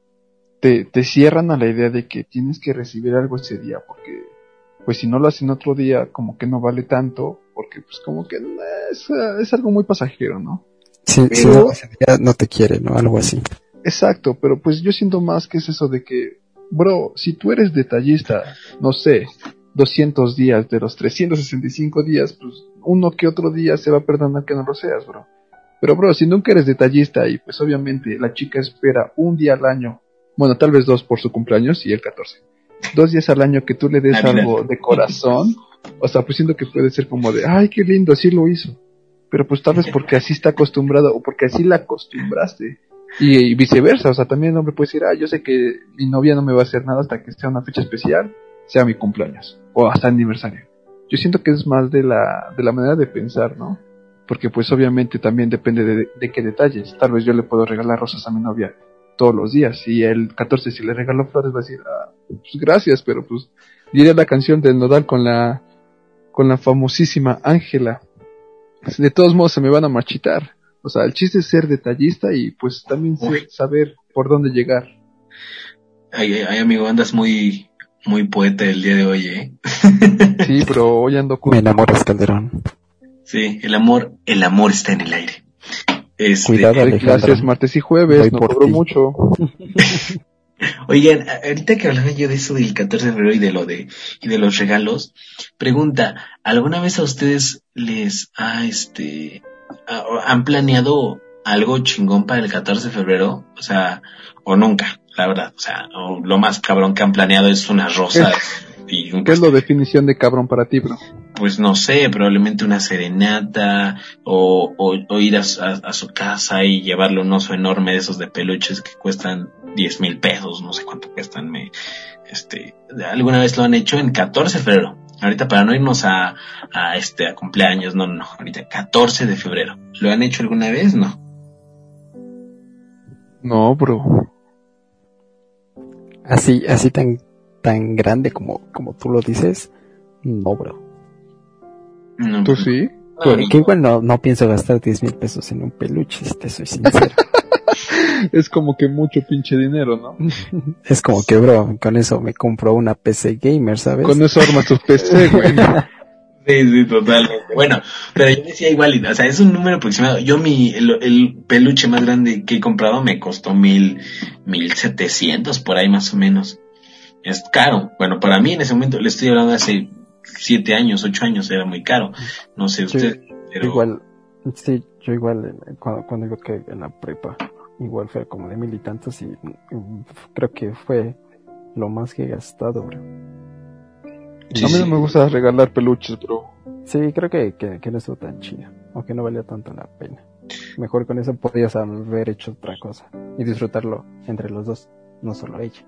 Te, te cierran a la idea de que tienes que recibir algo ese día, porque pues si no lo hacen otro día, como que no vale tanto, porque pues como que es, es algo muy pasajero, ¿no? Sí, pero, si no, ese día no te quiere, ¿no? Algo así. Exacto, pero pues yo siento más que es eso de que, bro, si tú eres detallista, no sé, doscientos días de los trescientos sesenta y cinco días, pues uno que otro día se va a perdonar que no lo seas, bro. Pero, bro, si nunca eres detallista y pues obviamente la chica espera un día al año, bueno, tal vez dos por su cumpleaños y el catorce, dos días al año que tú le des algo de corazón, o sea, pues siento que puede ser como de, ay, qué lindo, así lo hizo. Pero pues tal vez porque así está acostumbrado o porque así la acostumbraste. Y, y viceversa, o sea, también el hombre puede decir, ah, yo sé que mi novia no me va a hacer nada hasta que sea una fecha especial, sea mi cumpleaños, o hasta aniversario. Yo siento que es más de la, de la manera de pensar, ¿no? Porque pues obviamente también depende de, de qué detalles. Tal vez yo le puedo regalar rosas a mi novia todos los días, y el catorce si le regalo flores va a decir, ah, pues gracias, pero pues diré la canción del Nodal con la, con la famosísima Ángela. De todos modos se me van a marchitar. O sea, el chiste es ser detallista y pues también ser, saber por dónde llegar. Ay, ay, amigo, andas muy muy poeta el día de hoy, ¿eh? Sí, pero hoy ando con... Me enamoras, Calderón. Sí, el amor, el amor está en el aire. Este, Cuidado, Alejandro. Clases martes y jueves, Voy no por cobro ti. mucho. Oigan, ahorita que hablaba yo de eso del catorce de febrero y de lo de y de los regalos, pregunta, ¿alguna vez a ustedes les ha este a, han planeado algo chingón para el catorce de febrero? O sea, o nunca, la verdad, o sea, o lo más cabrón que han planeado es unas rosas y un ¿Qué es la definición de cabrón para ti, bro? Pues no sé, probablemente una serenata o, o, o ir a, a, a su casa y llevarle un oso enorme de esos de peluches que cuestan diez mil pesos, no sé cuánto cuestan. Me, este, alguna vez lo han hecho en catorce de febrero. Ahorita para no irnos a, a este a cumpleaños, no, no, ahorita catorce de febrero. ¿Lo han hecho alguna vez? No. No, bro. Así, así tan, tan grande como, como tú lo dices, no, bro. no ¿Tú sí? no, Que, que igual no, no pienso gastar diez mil pesos en un peluche, si te soy sincero. Es como que mucho pinche dinero, ¿no? Es como que, bro, con eso me compro una P C gamer, ¿sabes? Con eso armas tu P C, güey. Sí, sí, totalmente. Bueno, pero yo decía igual, o sea, es un número aproximado. Yo mi, el, el peluche más grande que he comprado me costó mil, mil setecientos, por ahí más o menos. Es caro. Bueno, para mí en ese momento, le estoy hablando de hace siete años, ocho años, era muy caro. No sé, usted, Sí. Pero... Igual, sí, yo igual, eh, cuando, cuando digo que en la prepa, igual fue como de mil y tantos y mm, creo que fue lo más que he gastado, bro. Sí, A mí no sí. me gusta regalar peluches, bro. Sí, creo que, que, que no estuvo tan chido, o que no valía tanto la pena. Mejor con eso podías haber hecho otra cosa y disfrutarlo entre los dos, no solo ella.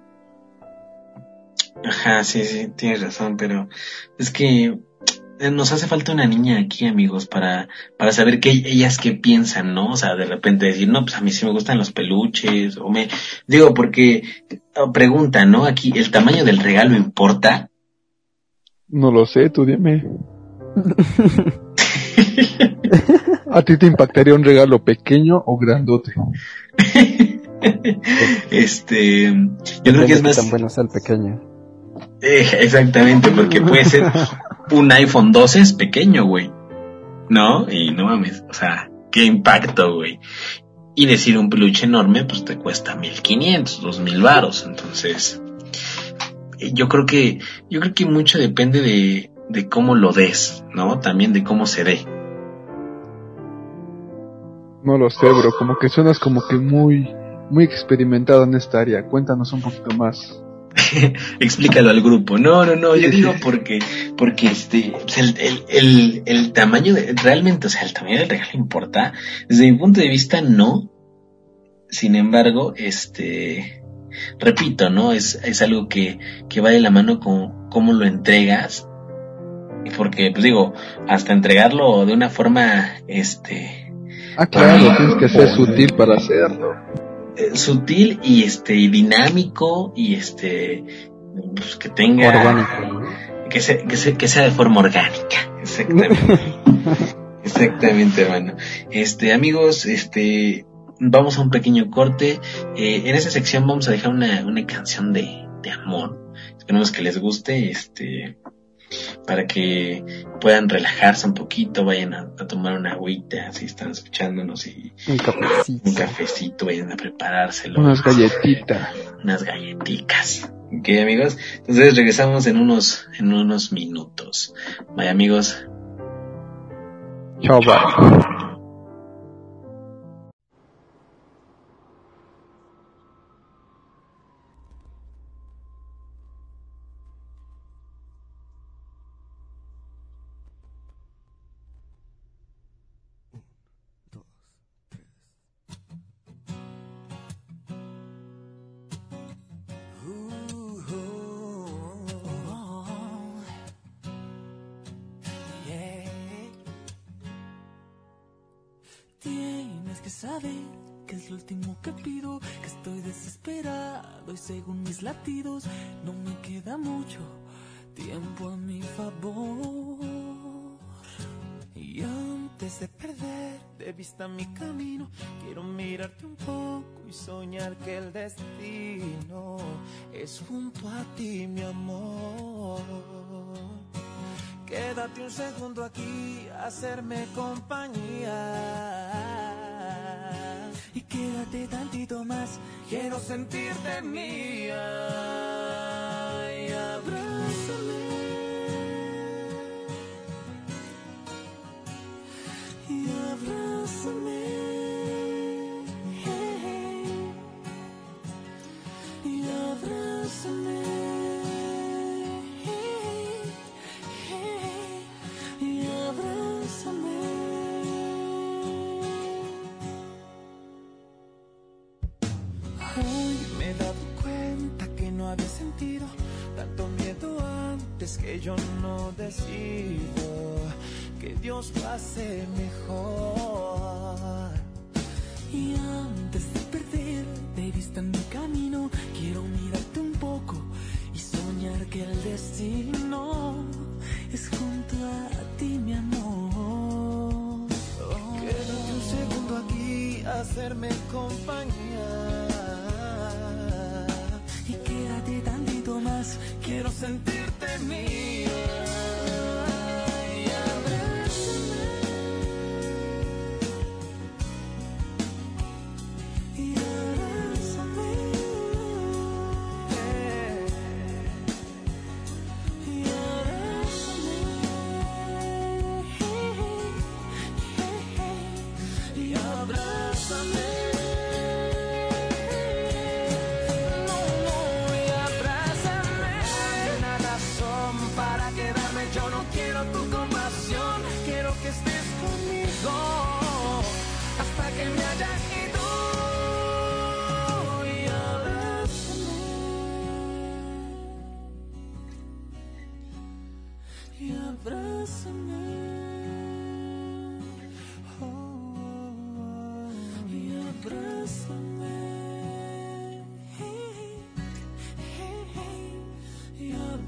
Ajá, sí, sí, tienes razón, pero es que eh, nos hace falta una niña aquí, amigos, para, para saber qué ellas qué piensan, ¿no? O sea, de repente decir, no, pues a mí sí me gustan los peluches, o me, digo, porque oh, pregunta, ¿no? Aquí, ¿el tamaño del regalo importa? No lo sé, tú dime. ¿A ti te impactaría un regalo pequeño o grandote? este, yo Depende creo que es de qué más, tan bueno sea el pequeño. eh, exactamente, porque puede ser un iPhone doce es pequeño, güey, ¿no? Y no mames, o sea, qué impacto, güey. Y decir un peluche enorme, pues te cuesta mil quinientos, dos mil varos. Entonces, eh, yo creo que, yo creo que mucho depende de, de cómo lo des, ¿no? También de cómo se dé. No lo sé, bro. Como que suenas como que muy, muy experimentado en esta área. Cuéntanos un poquito más. Explícalo al grupo. No, no, no, yo digo porque, porque este, pues el, el, el, el tamaño de, realmente, o sea, el tamaño del regalo importa. Desde mi punto de vista, no. Sin embargo, este, repito, ¿no? Es, es algo que, que va de la mano con cómo lo entregas. Porque, pues digo, hasta entregarlo de una forma, este, Ah, claro, tienes que ser sutil para hacerlo. eh, sutil y este, y dinámico y este, pues que tenga, Orgánico, ¿no? que sea, que sea, que sea de forma orgánica. Exactamente. Exactamente, hermano. Este, amigos, este, vamos a un pequeño corte. Eh, en esta sección vamos a dejar una, una canción de, de amor. Esperemos que les guste, este, para que puedan relajarse un poquito, vayan a, a tomar una agüita, si están escuchándonos, y Un cafecito. un cafecito, vayan a preparárselo. Unas galletitas. Unas galletitas. Ok, amigos. Entonces regresamos en unos, en unos minutos. Bye, amigos. Chao, bye. Tienes que saber que es lo último que pido, que estoy desesperado y según mis latidos no me queda mucho tiempo a mi favor. Y antes de perder de vista mi camino, quiero mirarte un poco y soñar que el destino es junto a ti, mi amor. Quédate un segundo aquí, hacerme compañía. Y quédate tantito más, quiero sentirte mía. Y abrázame. Y abrázame. Hey. Y abrázame. Hoy me he dado cuenta que no había sentido tanto miedo antes, que yo no decido, que Dios lo hace mejor. Y antes de perder de vista mi camino, quiero mirarte un poco y soñar que el destino es junto a ti, mi amor. Oh. Quédate un segundo aquí, hacerme compañía. Y quédate tantito más, quiero sentirte mía. Y abrázame. Y abrázame. Eh. Y abrázame.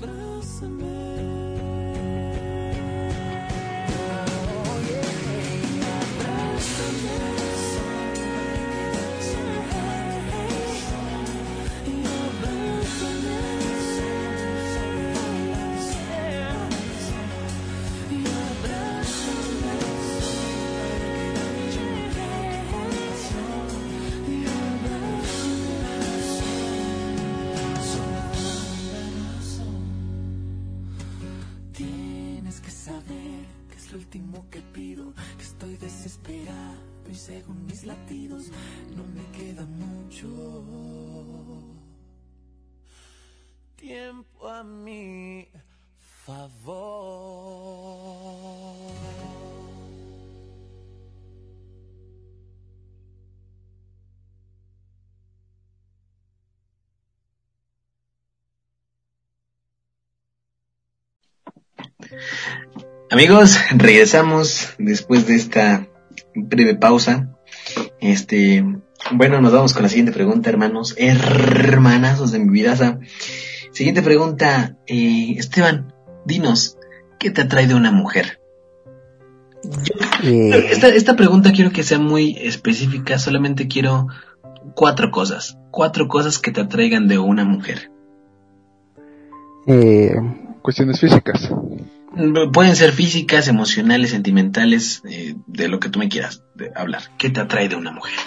Último que pido, que estoy desesperado y según mis latidos no me queda mucho tiempo a mi favor. Amigos, regresamos después de esta breve pausa. Este, bueno, nos vamos con la siguiente pregunta, hermanos, hermanazos de mi vida. Siguiente pregunta, eh, Esteban, dinos, ¿qué te atrae de una mujer? Yo, eh. esta, esta pregunta quiero que sea muy específica, solamente quiero cuatro cosas, cuatro cosas que te atraigan de una mujer. Eh, cuestiones físicas. Pueden ser físicas, emocionales, sentimentales, eh, de lo que tú me quieras de hablar. ¿Qué te atrae de una mujer?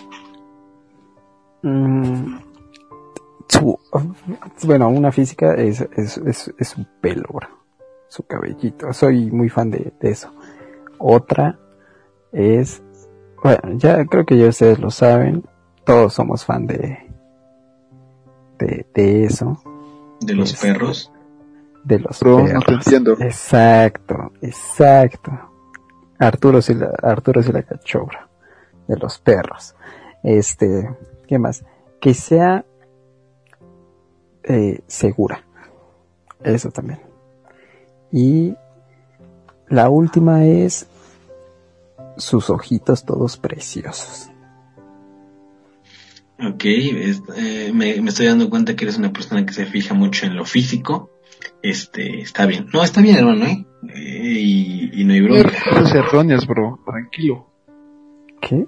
Mm, su, bueno, una física es, es, es, es su pelo, bro. Su cabellito. Soy muy fan de, de eso. Otra es, bueno, ya creo que ya ustedes lo saben. Todos somos fan de, de, de eso. ¿De los es, perros? De los Bro, perros. No te entiendo. Exacto, exacto. Arturo sí la, Arturo sí la cachó, bro. De los perros. Este, ¿qué más? Que sea eh, segura. Eso también. Y la última es sus ojitos todos preciosos. Ok, es, eh, me, me estoy dando cuenta que eres una persona que se fija mucho en lo físico. Este, está bien. No, está bien, hermano, ¿eh? eh y, y no hay bronca. Cosas erróneas, bro. Tranquilo. ¿Qué?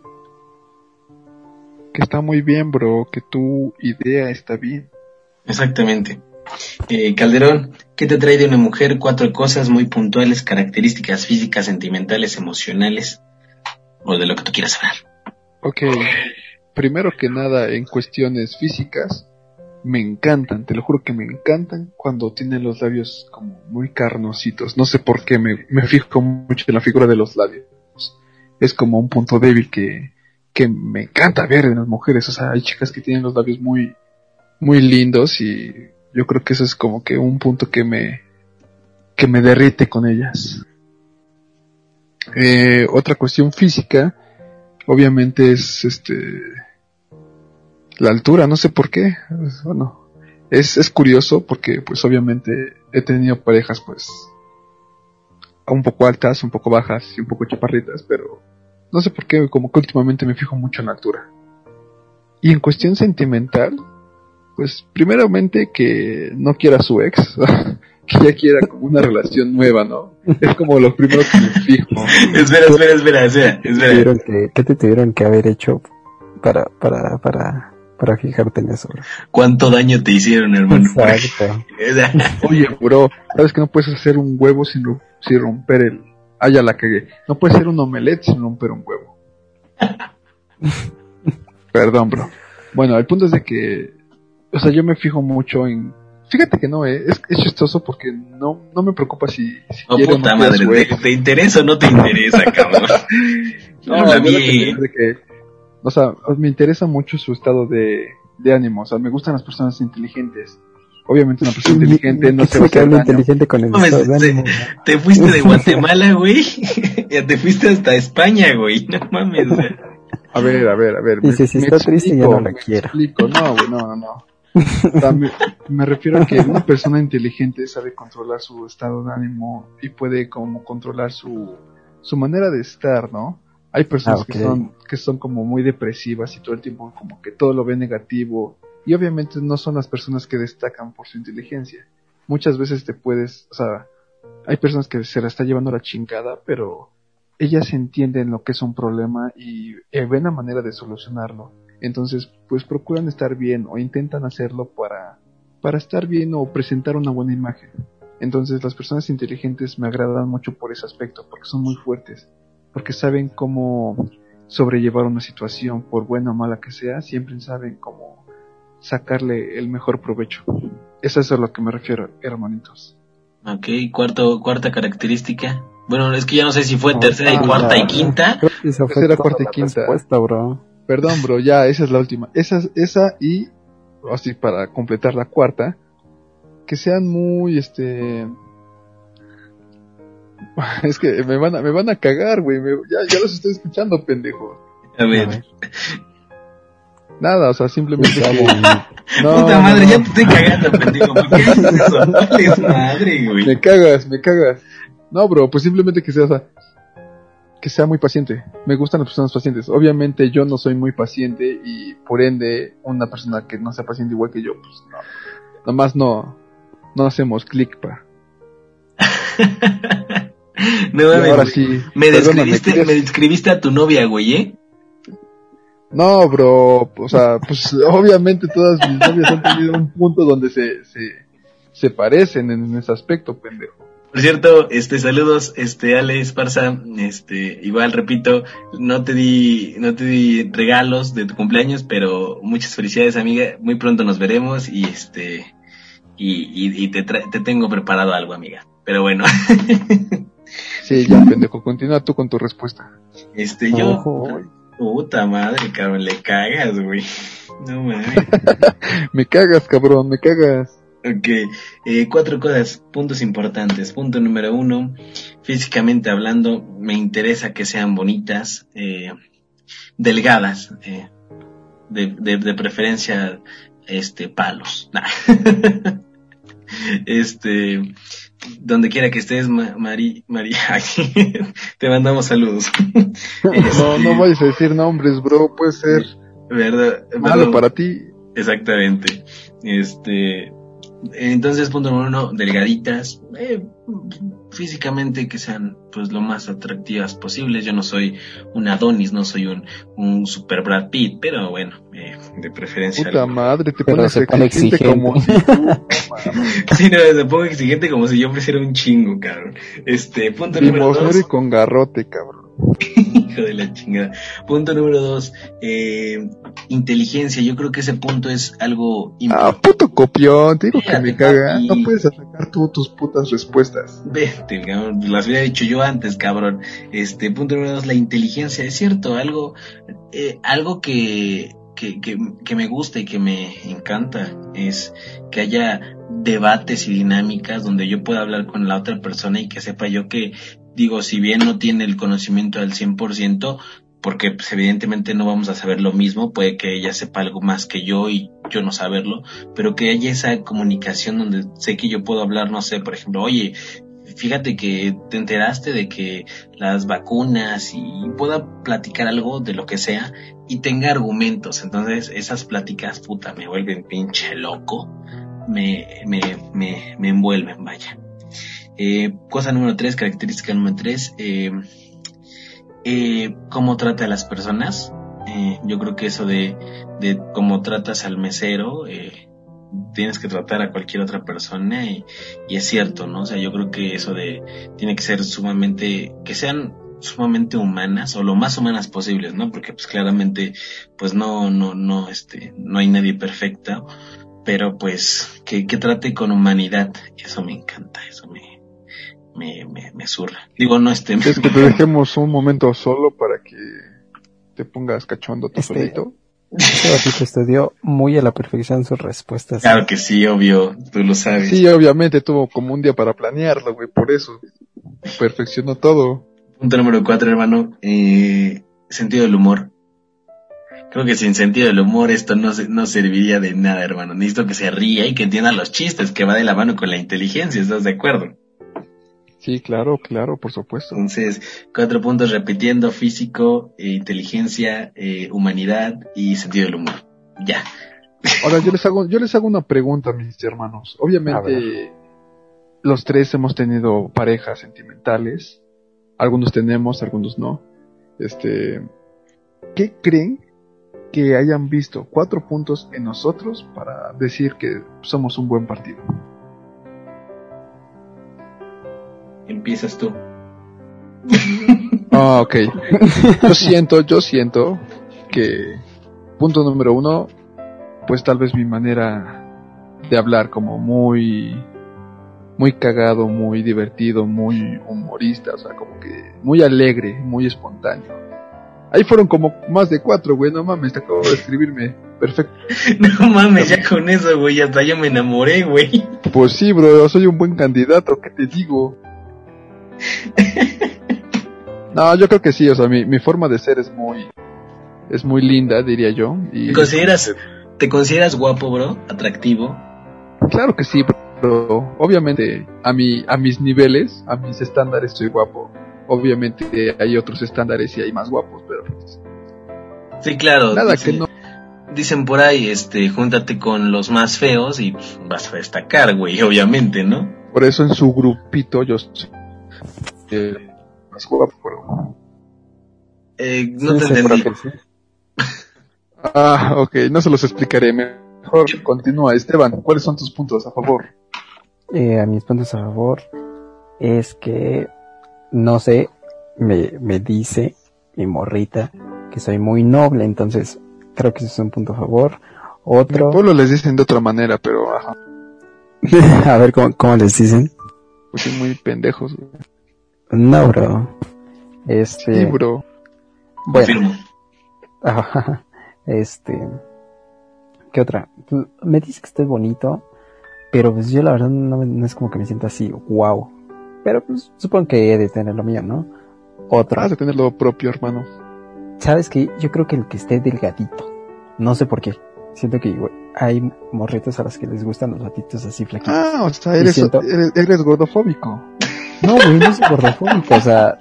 Que está muy bien, bro. Que tu idea está bien. Exactamente. Eh, Calderón, ¿qué te trae de una mujer? Cuatro cosas muy puntuales, características físicas, sentimentales, emocionales, o de lo que tú quieras hablar. Ok. Primero que nada, en cuestiones físicas, me encantan, te lo juro que me encantan cuando tienen los labios como muy carnositos. No sé por qué, me, me fijo mucho en la figura de los labios. Es como un punto débil que, que me encanta ver en las mujeres. O sea, hay chicas que tienen los labios muy, muy lindos y yo creo que eso es como que un punto que me, que me derrite con ellas. Eh, otra cuestión física, obviamente es este... la altura, no sé por qué. Bueno, es, es curioso porque pues obviamente he tenido parejas pues un poco altas, un poco bajas y un poco chaparritas, pero no sé por qué, como que últimamente me fijo mucho en la altura. Y en cuestión sentimental, pues primeramente que no quiera a su ex, que ya quiera como una relación nueva, ¿no? Es como lo primero que me fijo. espera, espera, espera, espera, espera. Que, ¿Qué te tuvieron que haber hecho para, para, para, para fijarte en eso, bro? ¿Cuánto daño te hicieron, hermano? Exacto. Oye, bro, ¿sabes que no puedes hacer un huevo sin, sin romper el... Ah, ya la cagué. No puedes hacer un omelette sin romper un huevo. Perdón, bro. Bueno, el punto es de que... O sea, yo me fijo mucho en... Fíjate que no, eh, es, es chistoso porque no, no me preocupa si... si oh, puta madre, ¿te, ¿te interesa o no te interesa, cabrón? No, no, la que, de que, o sea, me interesa mucho su estado de, de ánimo. O sea, me gustan las personas inteligentes. Obviamente una persona inteligente no se va a hacer daño. Inteligente con el estado de ánimo. Te, te fuiste de Guatemala, güey. Ya te fuiste hasta España, güey. No mames, güey. A ver, a ver, a ver. Dice, me, si me está explico, triste ya no la quiero. Explico. No, güey, no, no, no. O sea, me, me refiero a que una persona inteligente sabe controlar su estado de ánimo y puede como controlar su, su manera de estar, ¿no? Hay personas ah, okay. que son que son como muy depresivas y todo el tiempo como que todo lo ven negativo y obviamente no son las personas que destacan por su inteligencia. muchas veces te puedes, o sea, hay personas que se la está llevando la chingada, pero ellas entienden lo que es un problema y eh, ven la manera de solucionarlo. Entonces, pues procuran estar bien o intentan hacerlo para, para estar bien o presentar una buena imagen. Entonces, las personas inteligentes me agradan mucho por ese aspecto, porque son muy fuertes, porque saben cómo sobrellevar una situación, por buena o mala que sea, siempre saben cómo sacarle el mejor provecho. Eso es a lo que me refiero, hermanitos. Ok, cuarto, cuarta característica. Bueno, es que ya no sé si fue No, tercera y no, cuarta ya. y quinta. Creo que esa fue Tercera, toda cuarta y la quinta. respuesta, bro. Perdón, bro, ya, esa es la última. Esa, esa y, así para completar la cuarta, que sean muy, este... Es que me van a, me van a cagar, güey. me- Ya, ya los estoy escuchando, pendejo. A A ver. ver. Nada, o sea, simplemente que... No, Puta no, madre, no. ya te estoy cagando, pendejo. ¿Por qué haces eso? No vales madre, güey. Me cagas, me cagas. No, bro, pues simplemente que sea, o sea, que sea muy paciente. Me gustan las personas pacientes. Obviamente yo no soy muy paciente y por ende una persona que no sea paciente igual que yo, pues no. Nomás no, no hacemos clic, pa. No Y mames, ahora güey. sí, Me perdóname, describiste, ¿quieres? me describiste a tu novia, güey, ¿eh? No, bro, o sea, pues obviamente todas mis novias han tenido un punto donde se, se, se parecen en ese aspecto, pendejo. Por cierto, este, saludos, este, Ale Esparza, este, igual repito, no te di, no te di regalos de tu cumpleaños, pero muchas felicidades, amiga, muy pronto nos veremos y este, y, y, y te, tra- te tengo preparado algo, amiga, pero bueno, Sí, ya, pendejo, continúa tú con tu respuesta. este, yo, Ojo. puta madre, cabrón, le cagas, güey, no mames. Me cagas, cabrón, me cagas. Ok, eh, cuatro cosas, puntos importantes. Punto número uno, físicamente hablando, me interesa que sean bonitas, eh, delgadas, eh, de, de, de preferencia, este, palos. Nah. Este, donde quiera que estés, Ma- Mari, María, te mandamos saludos. No, no vayas a decir nombres, bro, puede ser ¿Verdad? malo Perdón. para ti. Exactamente. Este, entonces, punto número uno, delgaditas, eh, físicamente que sean pues lo más atractivas posibles. Yo no soy un Adonis, no soy un, un super Brad Pitt, pero bueno, eh, de preferencia. Puta algo- madre, te Pero pones se pone exigente exigente. como si tú, no mames. Sí, no, me pongo exigente como si yo ofreciera un chingo, cabrón. Este, punto número Limosnero dos. y con garrote, cabrón. Hijo de la chingada. Punto número dos, eh, inteligencia. Yo creo que ese punto es algo Ah, importante. puto copión, te digo que Fíjate, me caga. papi. No puedes sacar tú tus putas respuestas. Vete, cabrón, las hubiera dicho yo antes, cabrón. Este, punto número dos, la inteligencia. Es cierto, algo, eh, algo que, que, que, que me gusta y que me encanta es que haya debates y dinámicas donde yo pueda hablar con la otra persona y que sepa yo que, digo, si bien no tiene el conocimiento al cien por ciento, porque pues, evidentemente no vamos a saber lo mismo, puede que ella sepa algo más que yo y yo no saberlo, pero que haya esa comunicación donde sé que yo puedo hablar, no sé, por ejemplo, oye, fíjate que te enteraste de que las vacunas y pueda platicar algo de lo que sea y tenga argumentos. Entonces esas pláticas, puta, me vuelven pinche loco, me, me, me, me envuelven, vaya. Eh, cosa número tres, característica número tres, eh, eh, cómo trata a las personas. Eh, yo creo que eso de, de cómo tratas al mesero, eh, tienes que tratar a cualquier otra persona y, y es cierto, ¿no? O sea, yo creo que eso de, tiene que ser sumamente, que sean sumamente humanas o lo más humanas posibles, ¿no? Porque pues claramente, pues no, no, no, este, no hay nadie perfecta, pero pues que, que trate con humanidad, eso me encanta, eso me, me, me, me zurra. Digo, no este, Es que te dejemos un momento solo para que te pongas cachondo tú Este- solito. Este batito estudió muy a la perfección sus respuestas. claro que sí, obvio, tú lo sabes. Sí, obviamente tuvo como un día para planearlo, güey, por eso. Perfeccionó todo. Punto número cuatro, hermano, eh, sentido del humor. Creo que sin sentido del humor esto no se, no serviría de nada, hermano. Necesito que se ría y que entienda los chistes, que va de la mano con la inteligencia, ¿estás de acuerdo? Sí, claro, claro, por supuesto. Entonces, cuatro puntos repitiendo, físico, eh, inteligencia, eh, humanidad y sentido del humor. Ya. Ahora yo les hago, yo les hago una pregunta, mis hermanos. A Obviamente, los tres hemos tenido parejas sentimentales. Algunos tenemos, algunos no. Este, ¿qué creen que hayan visto cuatro puntos en nosotros para decir que somos un buen partido? Empiezas tú. Ah, ok. Yo siento, yo siento que punto número uno, pues tal vez mi manera de hablar como muy, muy cagado, muy divertido, muy humorista, o sea, como que muy alegre, muy espontáneo. Ahí fueron como más de cuatro, güey, no mames, te acabo de escribirme, perfecto. No mames, ya con eso, güey, hasta yo me enamoré, güey. Pues sí, bro, soy un buen candidato, ¿qué te digo? No, yo creo que sí, o sea, mi, mi forma de ser es muy, es muy linda, diría yo. Y ¿Te consideras, te consideras guapo, bro? ¿Atractivo? Claro que sí, pero obviamente a mi, a mis niveles, a mis estándares soy guapo. Obviamente hay otros estándares y hay más guapos, pero pues, sí, claro. nada dice, que no. Dicen por ahí, este, júntate con los más feos y pues, vas a destacar, güey, obviamente, ¿no? Por eso en su grupito yo soy eh, más guapo, pero... Eh, no Sí, te sí, entendí. creo que sí. Ah, ok, no se los explicaré. Mejor continúa, Esteban. ¿Cuáles son tus puntos a favor? Eh, a mis puntos a favor es que, no sé, me, me dice mi morrita que soy muy noble, entonces creo que ese es un punto a favor. En Otro, el pueblo les dicen de otra manera, pero ajá, a ver cómo, cómo les dicen. pues son muy pendejos, güey. No, bro. Este, Sí, bro. bueno, Confirmo. ajá, este, ¿qué otra? Pues, me dice que estoy bonito, pero pues yo la verdad no, me- no es como que me sienta así, wow. Pero pues supongo que he de tener lo mío, ¿no? Otro, Vas de tener lo propio, hermano. ¿sabes qué? Yo creo que el que esté delgadito, no sé por qué. Siento que güey, hay morritos a las que les gustan los gatitos así flaquitos. Ah, o sea, eres, siento- eres, eres gordofóbico. No, güey, no es gordofóbico, o sea,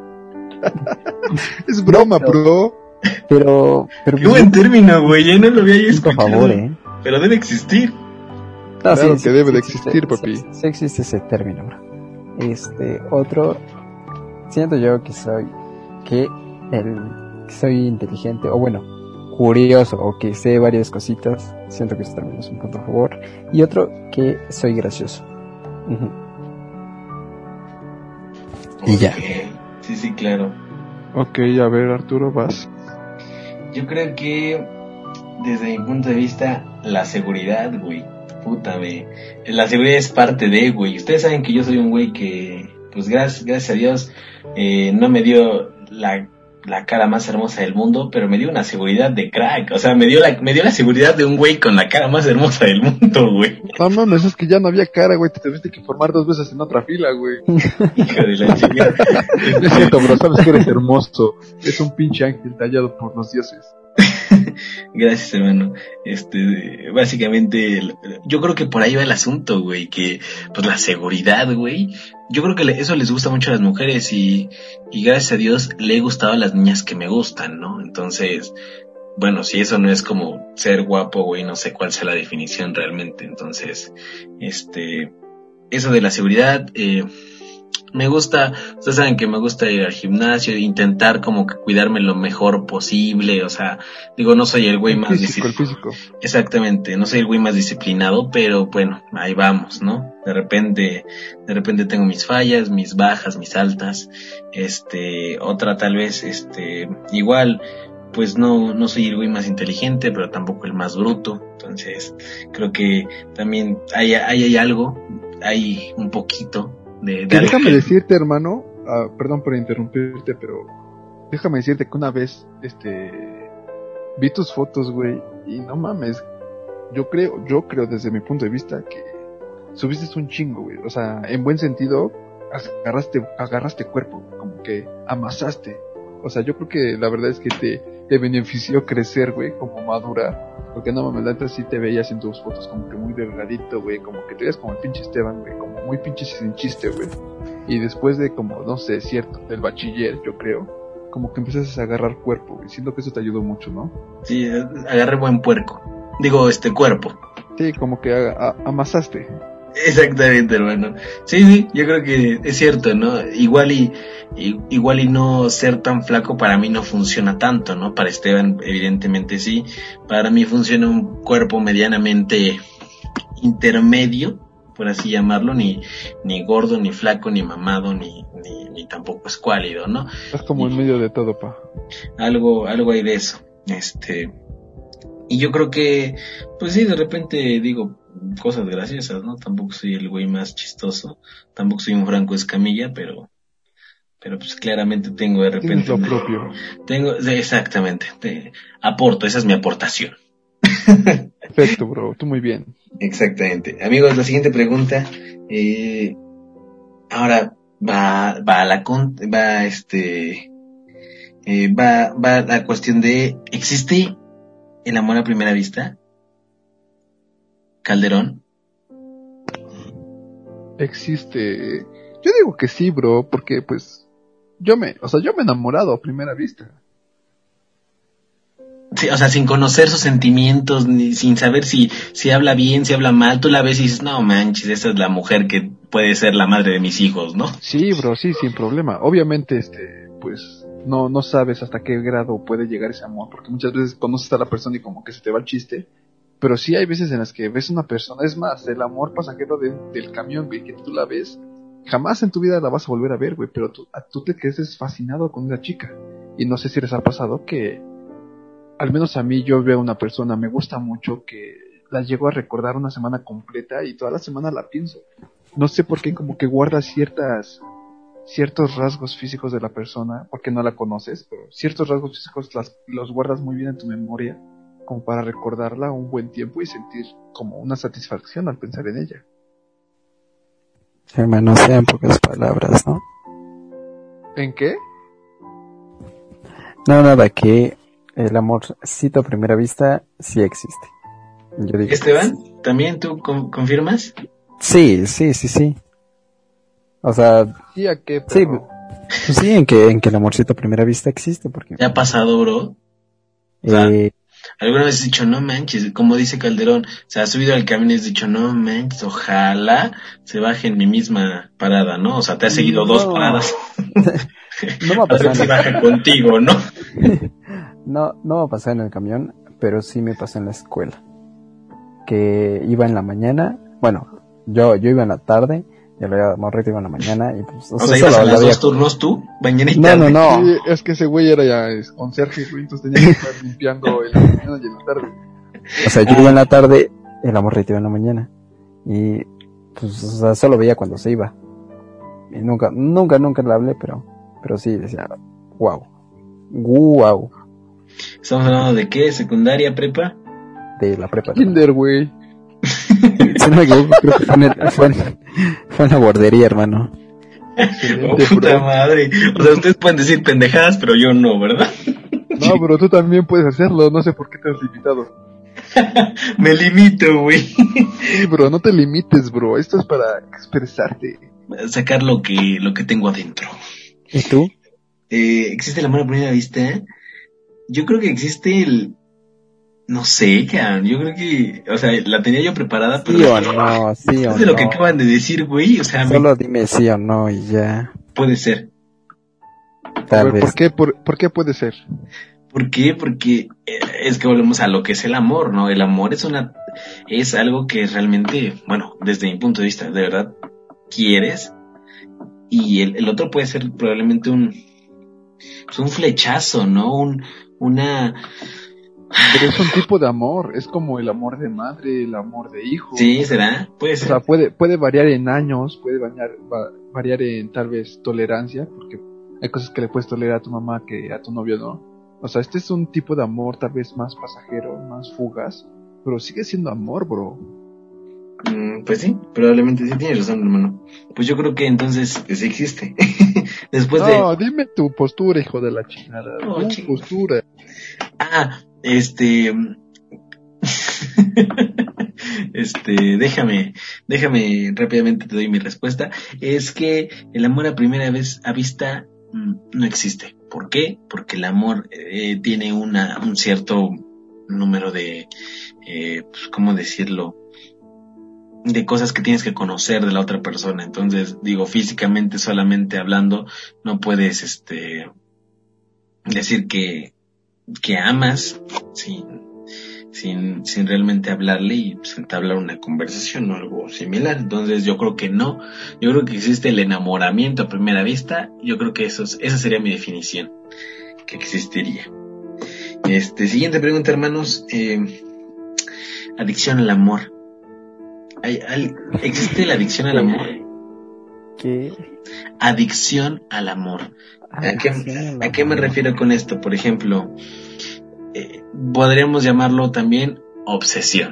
Es broma, bro. pero, pero Qué buen término, güey, ya no lo había yo punto a escuchado. favor, eh. Pero debe existir. No, Claro que debe de existir, sí, papi. Sí, sí existe ese término, bro. Este, otro, siento yo que soy, que el, que soy inteligente, o bueno, curioso, o que sé varias cositas, siento que eso también es un punto a favor. Y otro, que soy gracioso. Ujú. Y ya. Ok. Sí, sí, claro. Ok, a ver, Arturo, vas. Yo creo que, desde mi punto de vista, la seguridad, güey. Puta, güey. La seguridad es parte de, güey. Ustedes saben que yo soy un güey que, pues gracias, gracias a Dios, eh, no me dio la, la cara más hermosa del mundo, pero me dio una seguridad de crack. O sea, me dio la, me dio la seguridad de un güey con la cara más hermosa del mundo, güey. No mames, es que ya no había cara, güey. Te tuviste que formar dos veces en otra fila, güey. Hijo de la chingada. Es cierto, bro, sabes que eres hermoso. Es un pinche ángel tallado por los dioses. Gracias, hermano. Este, básicamente, el- yo creo que por ahí va el asunto, güey, que, pues la seguridad, güey, yo creo que le- eso les gusta mucho a las mujeres y, y gracias a Dios le he gustado a las niñas que me gustan, ¿no? Entonces, bueno, si eso no es como ser guapo, güey, no sé cuál sea la definición realmente. Entonces, este, eso de la seguridad, eh, me gusta, ustedes saben que me gusta ir al gimnasio, intentar como que cuidarme lo mejor posible, o sea, digo, no soy el güey El más físico, el disciplinado. físico. Exactamente, no soy el güey más disciplinado, pero bueno, ahí vamos, ¿no? De repente, de repente tengo mis fallas, mis bajas, mis altas, este, otra tal vez, este, igual, pues no, no soy el güey más inteligente, pero tampoco el más bruto, entonces, creo que también hay, hay, hay algo, hay un poquito de, de Que algo déjame que- decirte, hermano, ah, perdón por interrumpirte, pero déjame decirte que una vez, este, vi tus fotos, güey, y no mames, yo creo, yo creo desde mi punto de vista que subiste un chingo, güey, o sea, en buen sentido, agarraste, agarraste cuerpo, como que amasaste, o sea, yo creo que la verdad es que te, te benefició crecer, güey, como madura, porque no mames, la neta sí te veías en tus fotos como que muy delgadito, güey, como que te veías como el pinche Esteban, güey, como muy pinche sin chiste, güey. Y después de como, no sé, cierto, del bachiller, yo creo, como que empezaste a agarrar cuerpo, güey. Siento que eso te ayudó mucho, ¿no? Sí, agarré buen puerco. Digo, este cuerpo. Sí, como que a- a- amasaste. Exactamente, hermano. Sí, sí, yo creo que es cierto, ¿no? Igual y, y igual y no ser tan flaco para mí no funciona tanto, ¿no? Para Esteban evidentemente sí. Para mí funciona un cuerpo medianamente intermedio, por así llamarlo, ni ni gordo, ni flaco, ni mamado, ni ni, ni tampoco escuálido, ¿no? Es como Y en medio de todo, pa. algo algo hay de eso. Este, y yo creo que pues sí, de repente digo cosas graciosas, ¿no? Tampoco soy el güey más chistoso, tampoco soy un Franco Escamilla, pero pero pues claramente tengo de repente Tienes lo propio. tengo exactamente, te aporto, esa es mi aportación. Perfecto, bro, tú muy bien. Exactamente. Amigos, la siguiente pregunta, eh, ahora va va a la con, va este eh, va va la cuestión de ¿existe el amor a primera vista? Calderón. Existe. Yo digo que sí, bro, porque pues yo me, o sea, yo me he enamorado a primera vista. Sí, o sea, sin conocer sus sentimientos, ni sin saber si, si habla bien, si habla mal, tú la ves y dices, no manches, esa es la mujer que puede ser la madre de mis hijos, ¿no? Sí, bro, sí, sin problema. Obviamente, este, pues, no, no sabes hasta qué grado puede llegar ese amor, porque muchas veces conoces a la persona y como que se te va el chiste, pero sí hay veces en las que ves una persona, es más, el amor pasajero de, del camión, güey, que tú la ves, jamás en tu vida la vas a volver a ver, güey, pero tú, a, tú te quedes fascinado con esa chica. Y no sé si les ha pasado que, al menos a mí, yo veo a una persona, me gusta mucho, que la llego a recordar una semana completa y toda la semana la pienso. No sé por qué, como que guardas ciertas, ciertos rasgos físicos de la persona, porque no la conoces, pero ciertos rasgos físicos las, los guardas muy bien en tu memoria, como para recordarla un buen tiempo y sentir como una satisfacción al pensar en ella. Sí, hermano, sean pocas palabras, ¿no? ¿En qué? No, nada, que el amorcito a primera vista sí existe. Yo digo Esteban, que sí. ¿también tú con- confirmas? Sí, sí, sí, sí. O sea, ¿Sí a qué, sí, perro? pues sí, en que, en que el amorcito a primera vista existe, porque ¿Te ha pasado, bro? O sea, eh, ¿alguna vez has dicho, no manches, como dice Calderón, se ha subido al camión y has dicho, no manches, ojalá se baje en mi misma parada, ¿no? O sea, te ha seguido dos No. paradas. no me ha A ver pasado si en baja contigo, ¿no? el, no, no me ha pasado en el camión, pero sí me pasó en la escuela. Que iba en la mañana, bueno, yo, yo iba en la tarde, y el morrito iba en la mañana, y pues, O sea, eso ibas lo- en lo los había- dos turnos tú, mañana y No, tarde. no, no. Sí, es que ese güey era ya es, conserje, güey, entonces tenía que estar limpiando en la mañana y en la tarde. O sea, yo iba en la tarde, el amorrito iba en la mañana. Y pues, o sea, solo veía cuando se iba. Y nunca, nunca, nunca le hablé, pero, pero sí decía, wow, wow, ¿Estamos hablando de qué? ¿Secundaria, prepa? de la prepa. Kinder, güey. Si no me equivoco, creo que fue en, el- fue en, fue en la guardería, hermano. Oh, Excelente, puta bro. madre. O sea, ustedes pueden decir pendejadas, pero yo no, ¿verdad? No, pero tú también puedes hacerlo, no sé por qué te has limitado. Me limito, güey. Sí, bro, no te limites, bro, esto es para expresarte. Sacar lo que, lo que tengo adentro. ¿Y tú? Eh, ¿existe el amor a primera vista? Yo creo que existe el... No sé, cabrón. Yo creo que... O sea, la tenía yo preparada, pero... Sí o no, sí o Es de lo que no. acaban de decir, güey. O sea, me- Solo dime sí o no y ya. puede ser. A Tal ver, vez. ¿por qué, por, ¿por qué puede ser? ¿Por qué? Porque eh, es que volvemos a lo que es el amor, ¿no? El amor es una... Es algo que realmente, bueno, desde mi punto de vista, de verdad, quieres. Y el, el otro puede ser probablemente un... Pues un flechazo, ¿no? Un... Una... Pero es un tipo de amor, es como el amor de madre, el amor de hijo. Sí, ¿será? Puede O ser. sea, puede, puede variar en años, puede variar, va- variar en tal vez tolerancia, porque hay cosas que le puedes tolerar a tu mamá que a tu novio no. O sea, este es un tipo de amor tal vez más pasajero, más fugaz, pero sigue siendo amor, bro. Mm, pues sí, probablemente sí tienes razón, hermano. Pues yo creo que entonces sí existe. Después no, de... dime tu postura, hijo de la chingada. No, tu ching- postura. Ah, este... este, déjame, déjame rápidamente te doy mi respuesta. Es que el amor a primera vez a vista mm, no existe. ¿Por qué? Porque el amor eh, tiene una, un cierto número de, eh, pues, ¿cómo decirlo? de cosas que tienes que conocer de la otra persona. Entonces, digo, físicamente, solamente hablando, no puedes, este, decir que, que amas sin, sin, sin realmente hablarle y pues, entablar una conversación o algo similar. Entonces, yo creo que no. Yo creo que existe el enamoramiento a primera vista. Yo creo que eso es, esa sería mi definición que existiría. Este, siguiente pregunta, hermanos. Eh, adicción al amor. ¿Hay, hay, ¿Existe la adicción al amor? ¿Qué? Adicción al amor. ¿A qué, ¿A qué me refiero con esto? Por ejemplo, eh, podríamos llamarlo también obsesión.